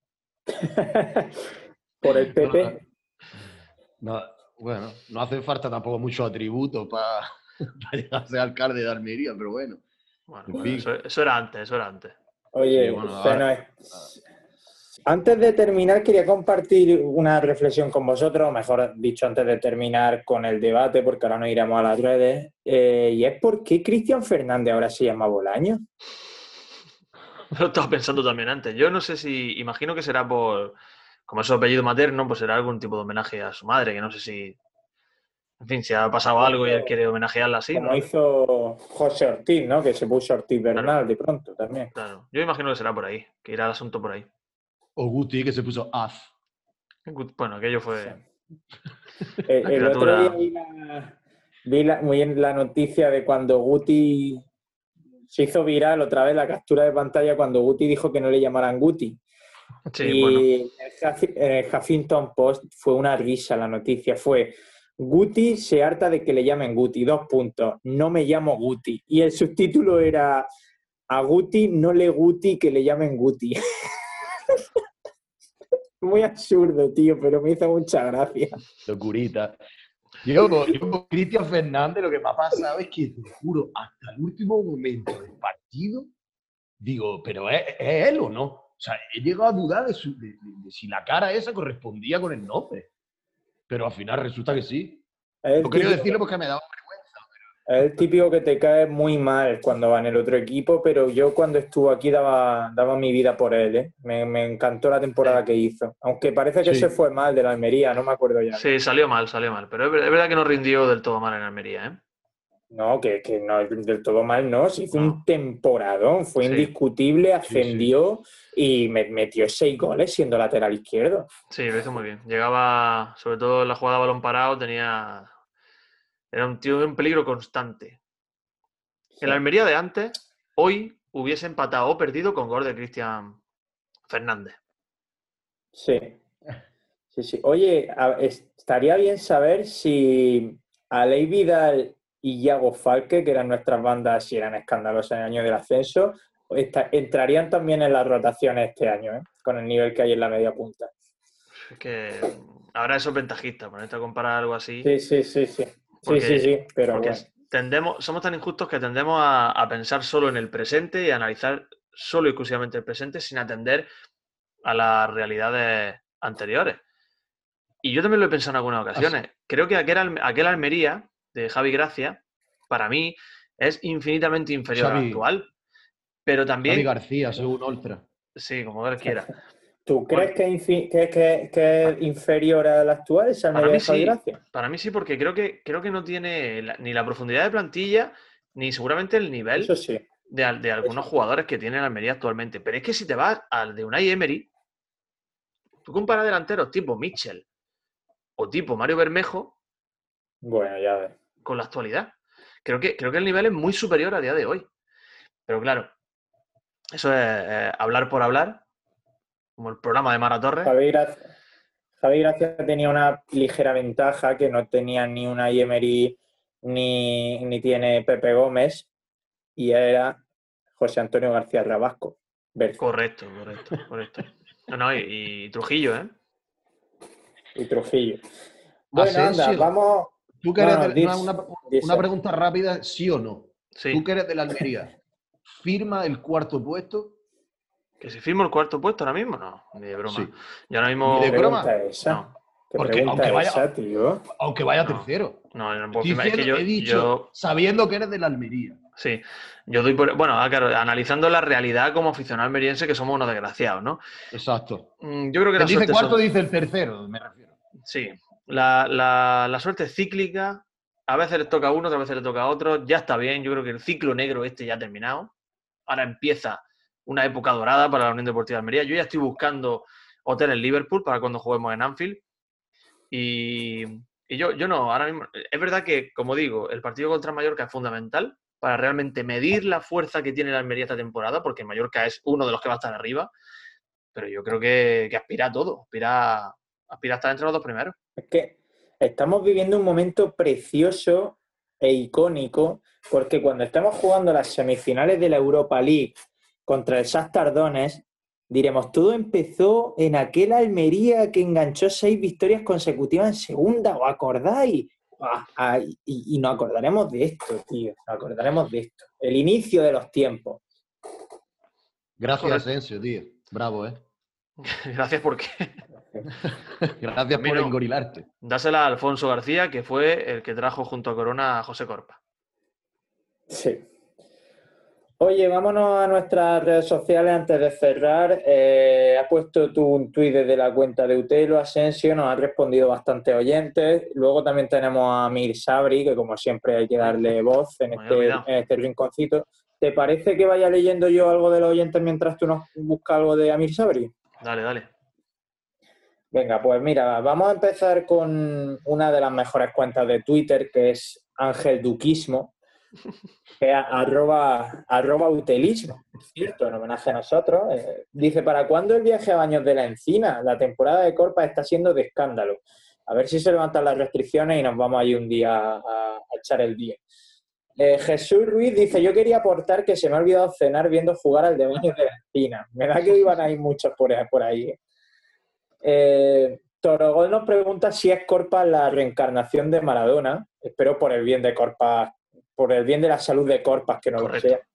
por el P P. No, bueno, no hace falta tampoco mucho atributo para llegar a ser alcalde de Almería, pero bueno. Bueno, En bueno, fin. eso, eso era antes, eso era antes. Oye, Sí, bueno, se ahora- nos- antes de terminar, quería compartir una reflexión con vosotros, o mejor dicho, antes de terminar con el debate, porque ahora nos iremos a las redes, eh, y es por qué Cristian Fernández ahora se llama Bolaño. Lo estaba pensando también antes. Yo no sé si, imagino que será por, como es su apellido materno, pues será algún tipo de homenaje a su madre, que no sé si, en fin, si ha pasado algo y él quiere homenajearla así, Como ¿no? hizo José Ortiz, ¿no? Que se puso Ortiz Bernal Claro. de pronto también. Claro, yo imagino que será por ahí, que irá el asunto por ahí. O Guti, que se puso Az. Bueno, aquello fue... El, La el otro criatura. día vi, la, vi la- muy bien la noticia de cuando Guti se hizo viral otra vez la captura de pantalla cuando Guti dijo que no le llamaran Guti. Sí, y bueno. en el Huff- en el Huffington Post fue una risa la noticia. Fue Guti se harta de que le llamen Guti, dos puntos. No me llamo Guti. Y el subtítulo era a Guti no le Guti que le llamen Guti. Muy absurdo, tío, pero me hizo mucha gracia. Locurita. Yo, yo con Cristian Fernández lo que me ha pasado es que, te juro, hasta el último momento del partido, digo, ¿pero es, es él o no? O sea, he llegado a dudar de, su- de- de- de si la cara esa correspondía con el nombre. Pero al final resulta que sí. Es No quería típico- decirlo porque me daba vergüenza. Es el típico que te cae muy mal cuando va en el otro equipo, pero yo cuando estuvo aquí daba, daba mi vida por él, ¿eh? Me, me encantó la temporada Sí. que hizo. Aunque parece que Sí. se fue mal de la Almería, no me acuerdo ya. Sí, salió mal, salió mal. Pero es ver- es verdad que no rindió del todo mal en Almería, ¿eh? No, que, que no del todo mal, no. Se hizo No. un temporadón, fue Sí. indiscutible, sí. ascendió y me metió seis goles siendo lateral izquierdo. Sí, lo hizo muy bien. Llegaba, sobre todo en la jugada a balón parado, tenía... Era un tío de un peligro constante. En la Almería de antes, hoy hubiese empatado o perdido con gol de Cristian Fernández. Sí, sí, sí. Oye, a- estaría bien saber si Aleix Vidal y Iago Falque, que eran nuestras bandas y eran escandalosas en el año del ascenso, esta- entrarían también en las rotaciones este año, ¿eh? Con el nivel que hay en la media punta. Es que ahora eso es ventajista, ponerte a comparar algo así. Sí, sí, sí, sí. Sí, Porque, sí, sí, pero porque bueno. tendemos, somos tan injustos que tendemos a, a pensar solo en el presente y a analizar solo y exclusivamente el presente sin atender a las realidades anteriores. Y yo también lo he pensado en algunas ocasiones. Creo que aquel, Alme- aquel Almería de Javi Gracia, para mí, es infinitamente inferior al Xavi, actual. Pero Javi también, García, según Ultra. sí, como él quiera. ¿Tú Bueno, crees que, es infi- que, que- que es inferior al actual esa para Almería mí de Javi sí, Gracia? para mí sí, porque creo que, creo que no tiene la- ni la profundidad de plantilla, ni seguramente el nivel Eso sí. de, al- de algunos jugadores que tiene el Almería actualmente. Pero es que si te vas al de Unai Emery, tú comparas delanteros tipo Mitchell o tipo Mario Bermejo Bueno, ya ves. con la actualidad. Creo que, creo que el nivel es muy superior a día de hoy. Pero claro, eso es eh, hablar por hablar, como el programa de Mara Torres. Javi Gracia, Javi Gracia tenía una ligera ventaja que no tenía ni una Emery ni, ni tiene Pepe Gómez, y era José Antonio García Rabasco. Berza Correcto, correcto, correcto. No, no, y, y Trujillo, ¿eh? y Trujillo. Bueno, anda, Asensio, vamos. tú que No, eres no, de, dis- una, una- dis- una pregunta rápida, ¿sí o no? Sí. Tú que eres de la Almería, ¿firma el cuarto puesto? ¿Que si firmo el cuarto puesto ahora mismo? No, ni de broma. Sí. Yo ahora Ni mismo. de ¿Qué broma. pregunta es esa? No, ¿Qué Porque pregunta aunque es vaya- esa, tío? Aunque vaya No. tercero. no, yo no puedo Estoy firmar. Es que diciendo- yo, he dicho, yo- sabiendo que eres de la Almería. Sí, yo doy por. Bueno, ah, claro, analizando la realidad como aficionado almeriense, que somos unos desgraciados, ¿no? Exacto. Mm, Yo creo que Quien la dice suerte cuarto son- dice el tercero, me refiero. Sí, la, la- la suerte es cíclica. A veces le toca a uno, otras veces le toca a otro. Ya está bien, yo creo que el ciclo negro este ya ha terminado. Ahora empieza una época dorada para la Unión Deportiva de Almería. Yo ya estoy buscando hotel en Liverpool para cuando juguemos en Anfield. Y, y yo, yo no, ahora mismo. Es verdad que, como digo, el partido contra Mallorca es fundamental para realmente medir la fuerza que tiene la Almería esta temporada, porque el Mallorca es uno de los que va a estar arriba. Pero yo creo que, que aspira a todo, aspira, aspira a estar entre los dos primeros. Es que estamos viviendo un momento precioso e icónico, porque cuando estamos jugando las semifinales de la Europa League contra el Shakhtar Donetsk, diremos, todo empezó en aquel Almería que enganchó seis victorias consecutivas en segunda, ¿os acordáis? Ah, ah, y, y nos acordaremos de esto, tío, nos acordaremos de esto. El inicio de los tiempos. Gracias, Correcto. Asensio, tío. Bravo, ¿eh? Gracias porque Gracias A mí por no. engorilarte. dásela a Alfonso García, que fue el que trajo junto a Corona a José Corpa. Sí. Oye, vámonos a nuestras redes sociales antes de cerrar. Eh, ha puesto tú un tuit desde la cuenta de Utelo, Asensio, nos han respondido bastantes oyentes. Luego también tenemos a Mir Sabri, que como siempre hay que darle voz en Me había este, olvidado. en este rinconcito. ¿Te parece que vaya leyendo yo algo de los oyentes mientras tú nos buscas algo de Amir Sabri? Dale, dale. Venga, pues mira, vamos a empezar con una de las mejores cuentas de Twitter, que es Ángel Duquismo, que es arroba, arroba utelismo, ¿cierto? En homenaje a nosotros. Eh, dice, ¿para cuándo el viaje a Baños de la Encina? La temporada de Corpa está siendo de escándalo. A ver si se levantan las restricciones y nos vamos ahí un día a, a echar el día. Eh, Jesús Ruiz dice, yo quería aportar que se me ha olvidado cenar viendo jugar al de Baños de la Encina. Me da que iban a ir muchos por, por ahí, ¿eh? Eh, Torogol nos pregunta si es Corpa la reencarnación de Maradona. Espero por el bien de Corpa, por el bien de la salud de Corpas, que no Correcto. lo sea.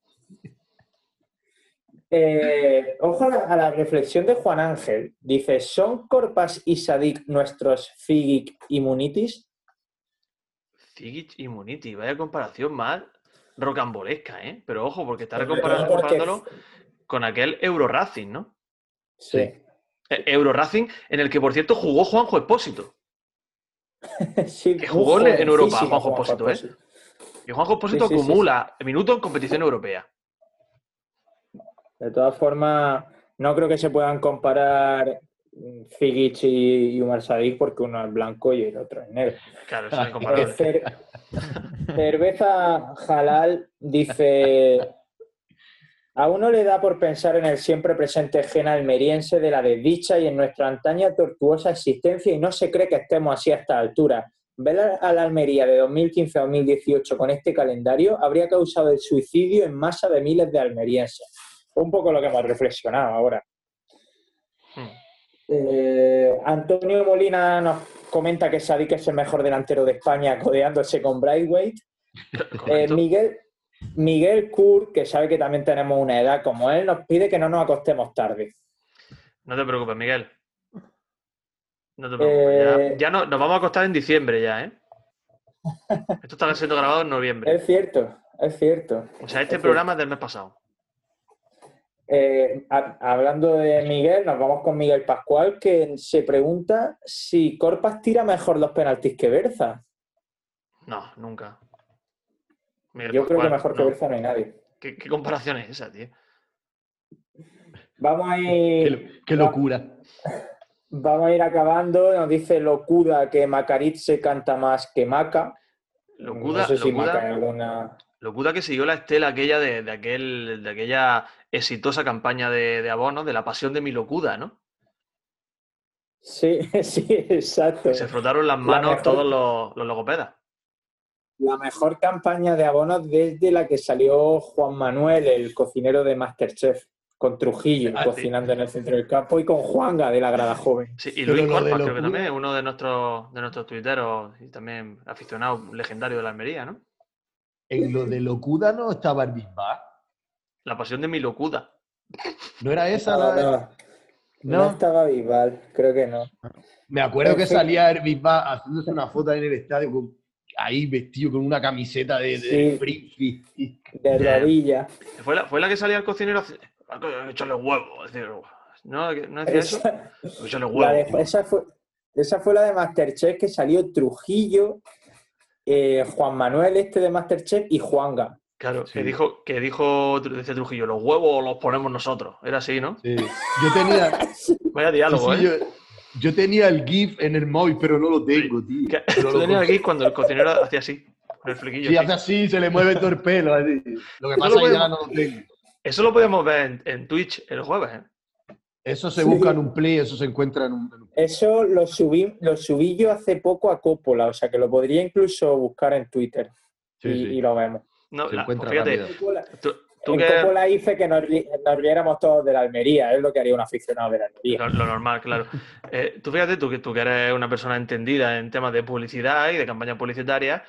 Eh, ojo a la, a la reflexión de Juan Ángel. Dice, ¿son Corpas y Sadik nuestros Figic Immunitis? Figic y Muniti, vaya comparación más rocambolesca, ¿eh? Pero ojo, porque está Sobre todo comparando- porque- comparándolo con aquel Euro Racing, ¿no? Sí. Eh, Euro Racing, en el que, por cierto, jugó Juanjo Espósito. Sí, Que muy jugó en- en Europa, jovencísimo Juanjo Espósito, ¿eh? Y Juanjo Espósito Sí, sí, sí, acumula minutos en competición europea. De todas formas, no creo que se puedan comparar mm, Figic y, y Umar Sadik porque uno es blanco y el otro es negro. Claro, eso es Eh, incomparable. cer- cerveza Halal dice: a uno le da por pensar en el siempre presente gen almeriense de la desdicha y en nuestra antaña tortuosa existencia y no se cree que estemos así a esta altura. Ver a a la Almería de dos mil quince a dos mil dieciocho con este calendario habría causado el suicidio en masa de miles de almerienses. Un poco lo que hemos reflexionado ahora. Hmm. Eh, Antonio Molina nos comenta que Sadik es el mejor delantero de España codeándose con Braithwaite. Eh, Correcto. Miguel, Miguel Kur, que sabe que también tenemos una edad como él, nos pide que no nos acostemos tarde. No te preocupes, Miguel. No te preocupes. Ya, Eh, ya no, nos vamos a acostar en diciembre ya, ¿eh? Esto está siendo grabado en noviembre. Es cierto, es cierto. O sea, este es programa es del mes pasado. Eh, a- hablando de Miguel, nos vamos con Miguel Pascual, que se pregunta si Corpas tira mejor los penaltis que Berza. No, nunca. Miguel Yo creo que Pascual, mejor que no. Berza no hay nadie. ¿Qué, qué comparación es esa, tío? Vamos a Qué, ir, lo- qué locura. vamos a ir acabando. Nos dice Locuda que Macarit se canta más que Maca. Locuda, no sé si Locuda- Maca hay alguna... Locuda que siguió la estela aquella de, de aquel, de aquella exitosa campaña de, de abonos, de la pasión de mi locuda, ¿no? Sí, sí, exacto. Se frotaron las La manos mejor- todos los, los logopedas. La mejor campaña de abonos desde la que salió Juan Manuel, el cocinero de MasterChef, con Trujillo, Ah, sí. cocinando en el centro del campo, y con Juanga de la grada joven. Sí, y Pero Luis lo de Corpas, creo que locura- también, uno de nuestros, de nuestros tuiteros y también aficionado legendario de la Almería, ¿no? En lo de Locuda no estaba el Bisbal. La pasión de mi locuda. ¿No era esa No, la...? no, no No. estaba Bisbal, creo que no. Me acuerdo En que fin. salía el Bisbal haciéndose una foto ahí en el estadio, con- ahí vestido con una camiseta de, de Sí. Free Fit. De Bien. rodilla. Fue la, fue la que salía el cocinero a hacer- a echarle huevo. Es decir, ¿no, ¿no decía eso? Esa, Echarle la de- huevo. esa fue, esa fue la de MasterChef, que salió Trujillo, eh, Juan Manuel este de MasterChef y Juanga. Claro, Sí. que dijo, que dijo, decía Trujillo, los huevos los ponemos nosotros. Era así, ¿no? Sí. Yo tenía, Vaya diálogo, sí, sí, ¿eh? yo, yo tenía el GIF en el móvil, pero no lo tengo, tío. Que- Pero Tú lo tenías cons- aquí cuando el cocinero hacía así, con el flequillo. Sí, así. hace así, se le mueve todo el pelo. Así. Lo que Eso pasa lo es que ya podemos- no lo tengo. Eso lo podíamos ver en, en Twitch el jueves, ¿eh? Eso se Sí. busca en un play, eso se encuentra en un... en un- Eso lo subí, lo subí yo hace poco a Coppola, o sea que lo podría incluso buscar en Twitter Sí, y, sí. y lo vemos. No, Se la- encuentra fíjate, rápido. Coppola- tú, tú en que Coppola hice que nos, ri- nos riéramos todos de la Almería, es lo que haría un aficionado de la Almería. lo, lo normal, claro. Eh, tú fíjate, tú que, tú que eres una persona entendida en temas de publicidad y de campañas publicitarias,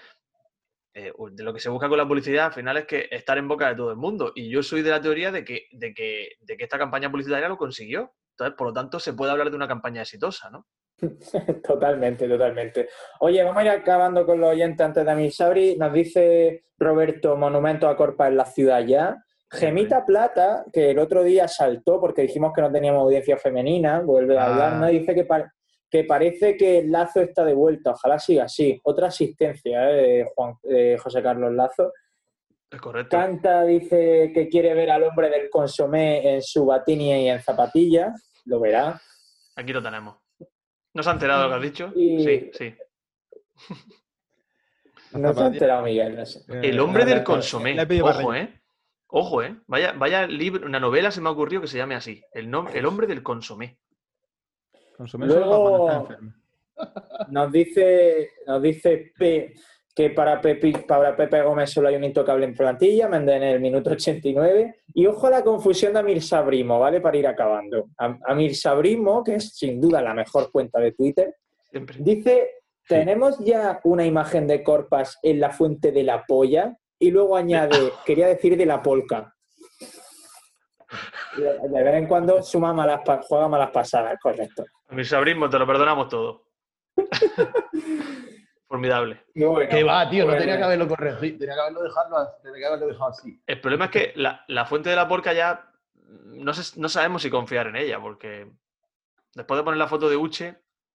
eh, de lo que se busca con la publicidad al final es que estar en boca de todo el mundo. Y yo soy de la teoría de que, de que, de que esta campaña publicitaria lo consiguió. Entonces, por lo tanto, se puede hablar de una campaña exitosa, ¿no? Totalmente, totalmente. Oye, vamos a ir acabando con los oyentes antes de Amir Sabri. Nos dice Roberto, monumento a Corpa en la ciudad ya. Gemita Plata, que el otro día saltó porque dijimos que no teníamos audiencia femenina, vuelve a Ah. hablarnos, dice que, par- que parece que el Lazo está de vuelta. Ojalá siga así. Otra asistencia, ¿eh? de Juan, de José Carlos Lazo. Es correcto. Canta, dice que quiere ver al hombre del consomé en su batini y en zapatillas. Lo verá. Aquí lo tenemos. ¿No se ha enterado de lo que has dicho? Y- Sí, sí. No se ha enterado Miguel, no sé. El hombre no, del no, consomé. le he pedido Ojo, para ¿eh? Ojo, ¿eh? Vaya, vaya libro, una novela se me ha ocurrido que se llame así. El, nom- el hombre del consomé. Consumir solo Luego- cuando está enfermo. Nos dice, nos dice P que para Pepe, para Pepe Gómez solo hay un intocable en plantilla, Méndez en el minuto ochenta y nueve. Y ojo a la confusión de Amir Sabrimo, ¿vale? Para ir acabando. Am- Amir Sabrimo, que es sin duda la mejor cuenta de Twitter, Siempre. dice: ¿tenemos ya una imagen de Corpas en la fuente de la polla? Y luego añade, quería decir de la polca. De de vez en cuando suma malas, pa- juega malas pasadas, correcto. A mis sabrismos te lo perdonamos todo. Formidable. Y bueno, Que va, tío, no pues, tenía que haberlo corregido, tenía que haberlo dejado, tenía que haberlo dejado así. El problema es que la, la fuente de la porca ya no, sé, no sabemos si confiar en ella, porque después de poner la foto de Uche,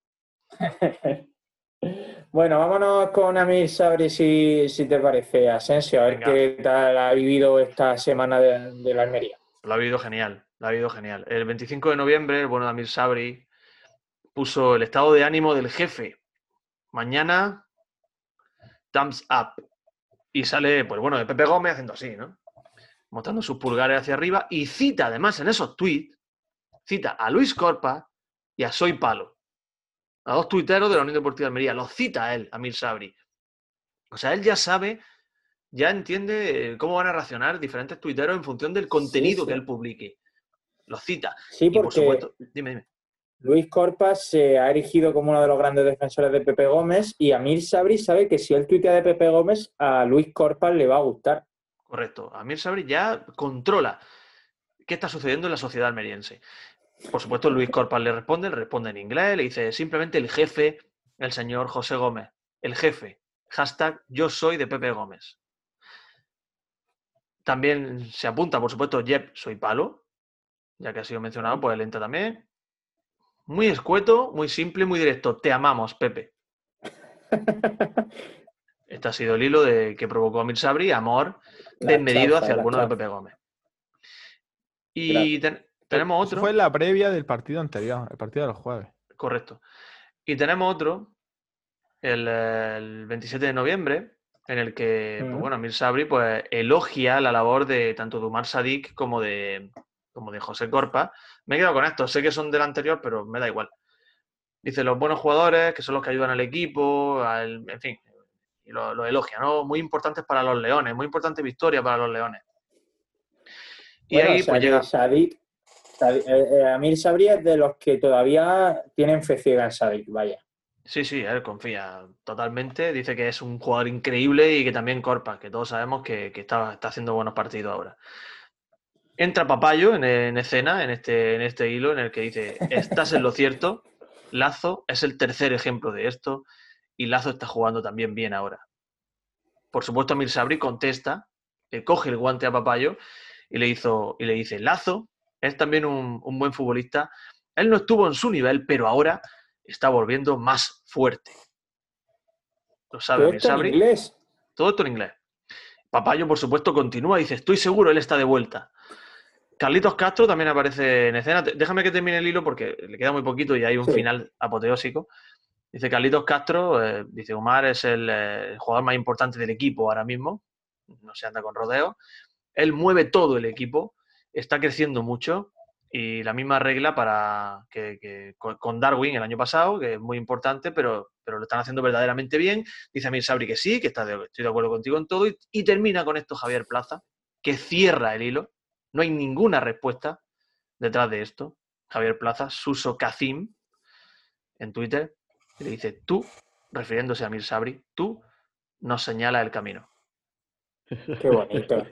Bueno, vámonos con Amir Sabri, si, si te parece, Asensio, a ver Venga. qué tal ha vivido esta semana de, de la Almería. lo ha vivido genial, lo ha vivido genial. El veinticinco de noviembre, el bueno de Amir Sabri puso el estado de ánimo del jefe. Mañana, thumbs up. Y sale, pues bueno, de Pepe Gómez haciendo así, ¿no? Mostrando sus pulgares hacia arriba y cita además en esos tweets, cita a Luis Corpa y a Soy Palo, a dos tuiteros de la Unión Deportiva de Almería. Los cita a él, Amir Sabri. O sea, él ya sabe, ya entiende eh, cómo van a reaccionar diferentes tuiteros en función del contenido sí. que él publique. Los cita. Sí, Y por porque supuesto, dime, dime. Luis Corpas se ha erigido como uno de los grandes defensores de Pepe Gómez y Amir Sabri sabe que si él tuitea de Pepe Gómez, a Luis Corpas le va a gustar. Correcto. Amir Sabri ya controla qué está sucediendo en la sociedad almeriense. Por supuesto, Luis Corpas le responde, le responde en inglés, le dice simplemente el jefe, el señor José Gómez. El jefe. Hashtag yo soy de Pepe Gómez. También se apunta, por supuesto, Jep Soy Palo, ya que ha sido mencionado, pues él entra también. Muy escueto, muy simple, muy directo. Te amamos, Pepe. Este ha sido el hilo de, que provocó Amir Sabri, amor La desmedido chaufa, hacia el la bueno de chaufa. Pepe Gómez. Y ten- tenemos Eso otro. fue la previa del partido anterior, el partido del jueves. Correcto. Y tenemos otro, el, el veintisiete de noviembre, en el que, pues Mm. bueno, Amir Sabri pues, elogia la labor de tanto de Umar Sadik como de, como de José Corpa. Me he quedado con esto, sé que son del anterior, pero me da igual. Dice los buenos jugadores, que son los que ayudan al equipo, al, en fin, y lo, lo elogia, ¿no? Muy importantes para los Leones, muy importante victoria para los Leones. Y Bueno, ahí o sea pues que llega... Sadik, Sadik- eh, eh, Amir Sabri es de los que todavía tienen fe ciega en Sadik, vaya. Sí, sí, él confía totalmente. Dice que es un jugador increíble y que también Corpa, que todos sabemos que, que está, está haciendo buenos partidos ahora. Entra Papayo en, en escena, en este, en este hilo, en el que dice, estás en lo cierto, Lazo es el tercer ejemplo de esto y Lazo está jugando también bien ahora. Por supuesto, Amir Sabri contesta, le coge el guante a Papayo y le, hizo, y le dice, Lazo es también un, un buen futbolista. Él no estuvo en su nivel, pero ahora está volviendo más fuerte. Lo sabe Todo Amir esto en Sabri. inglés. Todo esto en inglés. Papayo, por supuesto, continúa y dice, estoy seguro, él está de vuelta. Carlitos Castro también aparece en escena. Déjame que termine el hilo porque le queda muy poquito y hay un Sí. final apoteósico. Dice Carlitos Castro, eh, dice Umar es el, eh, el jugador más importante del equipo ahora mismo. No se anda con rodeos. Él mueve todo el equipo, está creciendo mucho y la misma regla para que, que con Darwin el año pasado, que es muy importante, pero, pero lo están haciendo verdaderamente bien. Dice Amir Sabri que sí, que está de, estoy de acuerdo contigo en todo y, y termina con esto Javier Plaza, que cierra el hilo. No hay ninguna respuesta detrás de esto. Javier Plaza, Suso Kazim, en Twitter, y le dice, tú, refiriéndose a Amir Sabri, tú nos señala el camino. Qué bonito.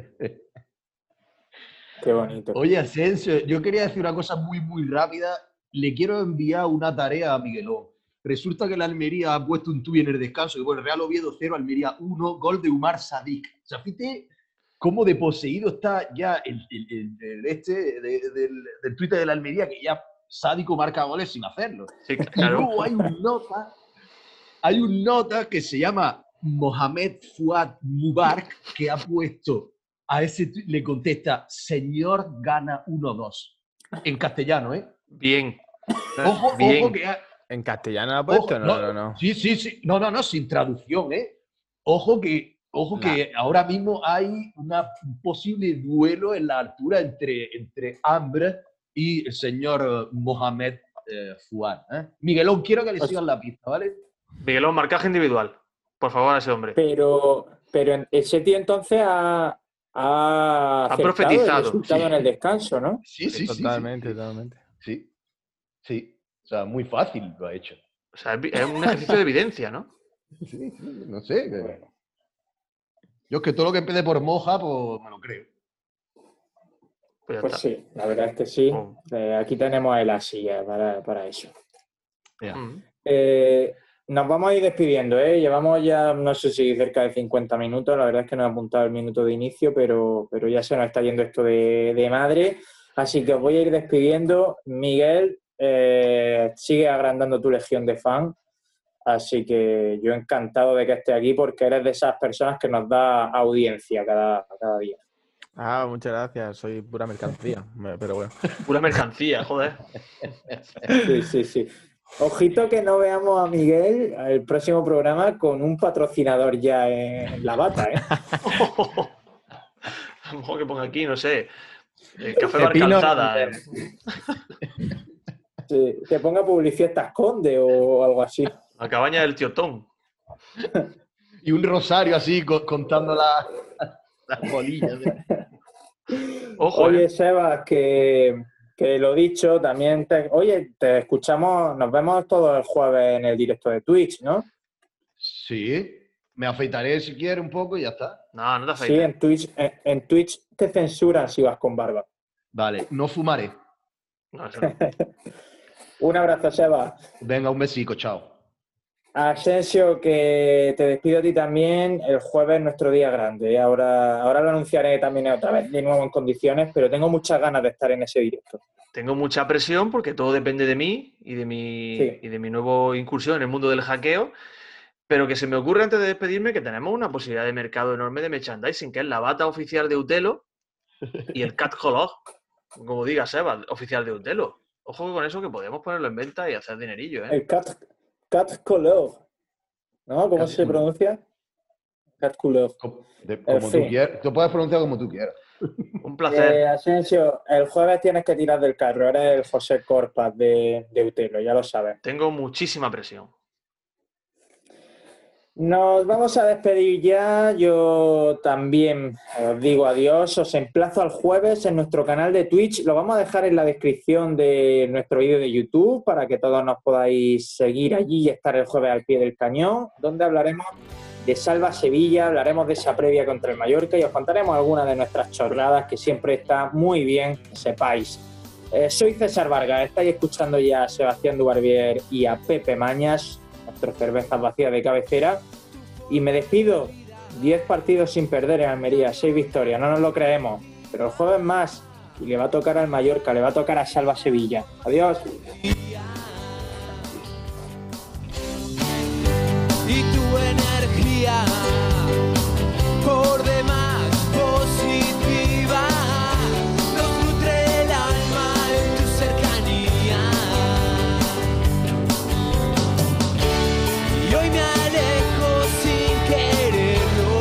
Qué bonito. Oye, Asensio, yo quería decir una cosa muy, muy rápida. Le quiero enviar una tarea a Miguelón. Resulta que la Almería ha puesto un tuit en el descanso. Y bueno, Real Oviedo cero, Almería uno, gol de Umar Sadik. O sea, fíjate cómo de poseído está ya el, el, el, el este de, del, del Twitter de la Almería, que ya Sádico marca goles sin hacerlo. Sí, Y claro. luego hay un nota, hay un nota que se llama Mohamed Fuad Mubarak, que ha puesto a ese tuit, le contesta, señor gana uno dos. En castellano, ¿eh? Bien. Ojo, Bien. ojo que... Ha, ¿En castellano lo ha puesto? ojo, No, no, no. Sí, sí, sí. No, no, no, sin traducción, ¿eh? Ojo que, ojo La- que ahora mismo hay una, un posible duelo en la altura entre, entre Ambre y el señor Mohamed eh, Fuad. ¿eh? Miguelón, quiero que le sigan la pista, ¿vale? Miguelón, marcaje individual. Por favor, a ese hombre. Pero, pero ese tío entonces ha, ha acertado el profetizado, resultado sí. en el descanso, ¿no? Sí, sí, sí. Totalmente, sí, totalmente. Sí, sí. O sea, muy fácil lo ha hecho. O sea, es un ejercicio de evidencia, ¿no? Sí, sí, no sé. Bueno. Yo es que todo lo que empiece por moja, pues me lo creo. Pues ya Pues está. sí, la verdad es que sí. Oh. Eh, aquí tenemos el así para, para eso. Ya. Mm. Eh, nos vamos a ir despidiendo, ¿eh? Llevamos ya, no sé si cerca de cincuenta minutos, la verdad es que no he apuntado el minuto de inicio, pero, pero ya se nos está yendo esto de, de madre. Así que os voy a ir despidiendo. Miguel, eh, sigue agrandando tu legión de fans. Así que yo encantado de que estés aquí porque eres de esas personas que nos da audiencia cada, cada día. Ah, muchas gracias. Soy pura mercancía, pero bueno. Pura mercancía, joder. Sí, sí, sí. Ojito que no veamos a Miguel el próximo programa con un patrocinador ya en la bata, ¿eh? A lo mejor que ponga aquí, no sé, el Café Pepino. Barcalzada. eh. Sí, que ponga publicidad Conde o algo así. La cabaña del tío Tom. Y un rosario así co- contando la- las bolillas. Ojo, Oye, eh. Sebas, que, que lo dicho, también te... Oye, te escuchamos, nos vemos todos el jueves en el directo de Twitch, ¿no? Sí, me afeitaré si quiere un poco y ya está. No, no te Sí, afeites. en Twitch, en, en Twitch te censuran si vas con barba. Vale, no fumaré. No, eso no. Un abrazo, Sebas. Venga, un besico, chao. Asensio, que te despido a ti también. El jueves es nuestro día grande. Ahora, ahora lo anunciaré también otra vez de nuevo en condiciones, pero tengo muchas ganas de estar en ese directo. Tengo mucha presión porque todo depende de mí y de mi, Sí. y de mi nueva incursión en el mundo del hackeo. Pero que se me ocurre antes de despedirme que tenemos una posibilidad de mercado enorme de merchandising, que es la bata oficial de Utelo y el Cat Color, como diga Seba, oficial de Utelo. Ojo que con eso que podemos ponerlo en venta y hacer dinerillo, ¿eh? El Cat, Cat Color, ¿no? ¿Cómo Cat se Color. pronuncia? Cat Color. Como, de- En como tú fin. quieras. Tú puedes pronunciar como tú quieras. Un placer. Eh, Asensio, el jueves tienes que tirar del carro. Eres el José Corpas de, de Utelo, ya lo sabes. Tengo muchísima presión. Nos vamos a despedir ya. Yo también os digo adiós. Os emplazo al jueves en nuestro canal de Twitch. Lo vamos a dejar en la descripción de nuestro vídeo de YouTube para que todos nos podáis seguir allí y estar el jueves al pie del cañón, donde hablaremos de Salva Sevilla, hablaremos de esa previa contra el Mallorca y os contaremos algunas de nuestras chorradas que siempre está muy bien que sepáis. Eh, soy César Vargas, estáis escuchando ya a Sebastián Dubarbier y a Pepe Mañas, nuestras cervezas vacías de cabecera, y me despido. diez partidos sin perder en Almería, seis victorias, no nos lo creemos, pero el jueves más, y le va a tocar al Mallorca, le va a tocar a Salva Sevilla. Adiós. Y tu energía por demás positiva nos nutre el alma en tu cercanía. Y hoy me alejo sin quererlo,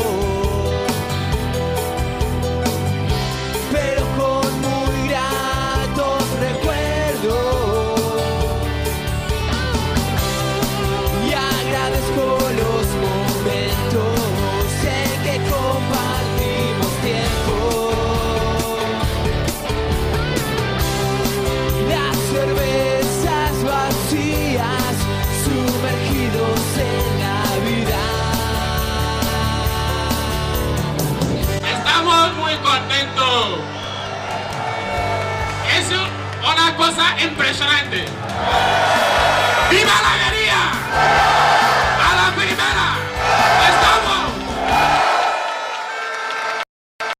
pero con muy gratos recuerdos. Y agradezco los momentos en que compartimos tiempo. Las cervezas vacías, sumergidos en la vida. Estamos muy contentos. Es una cosa impresionante.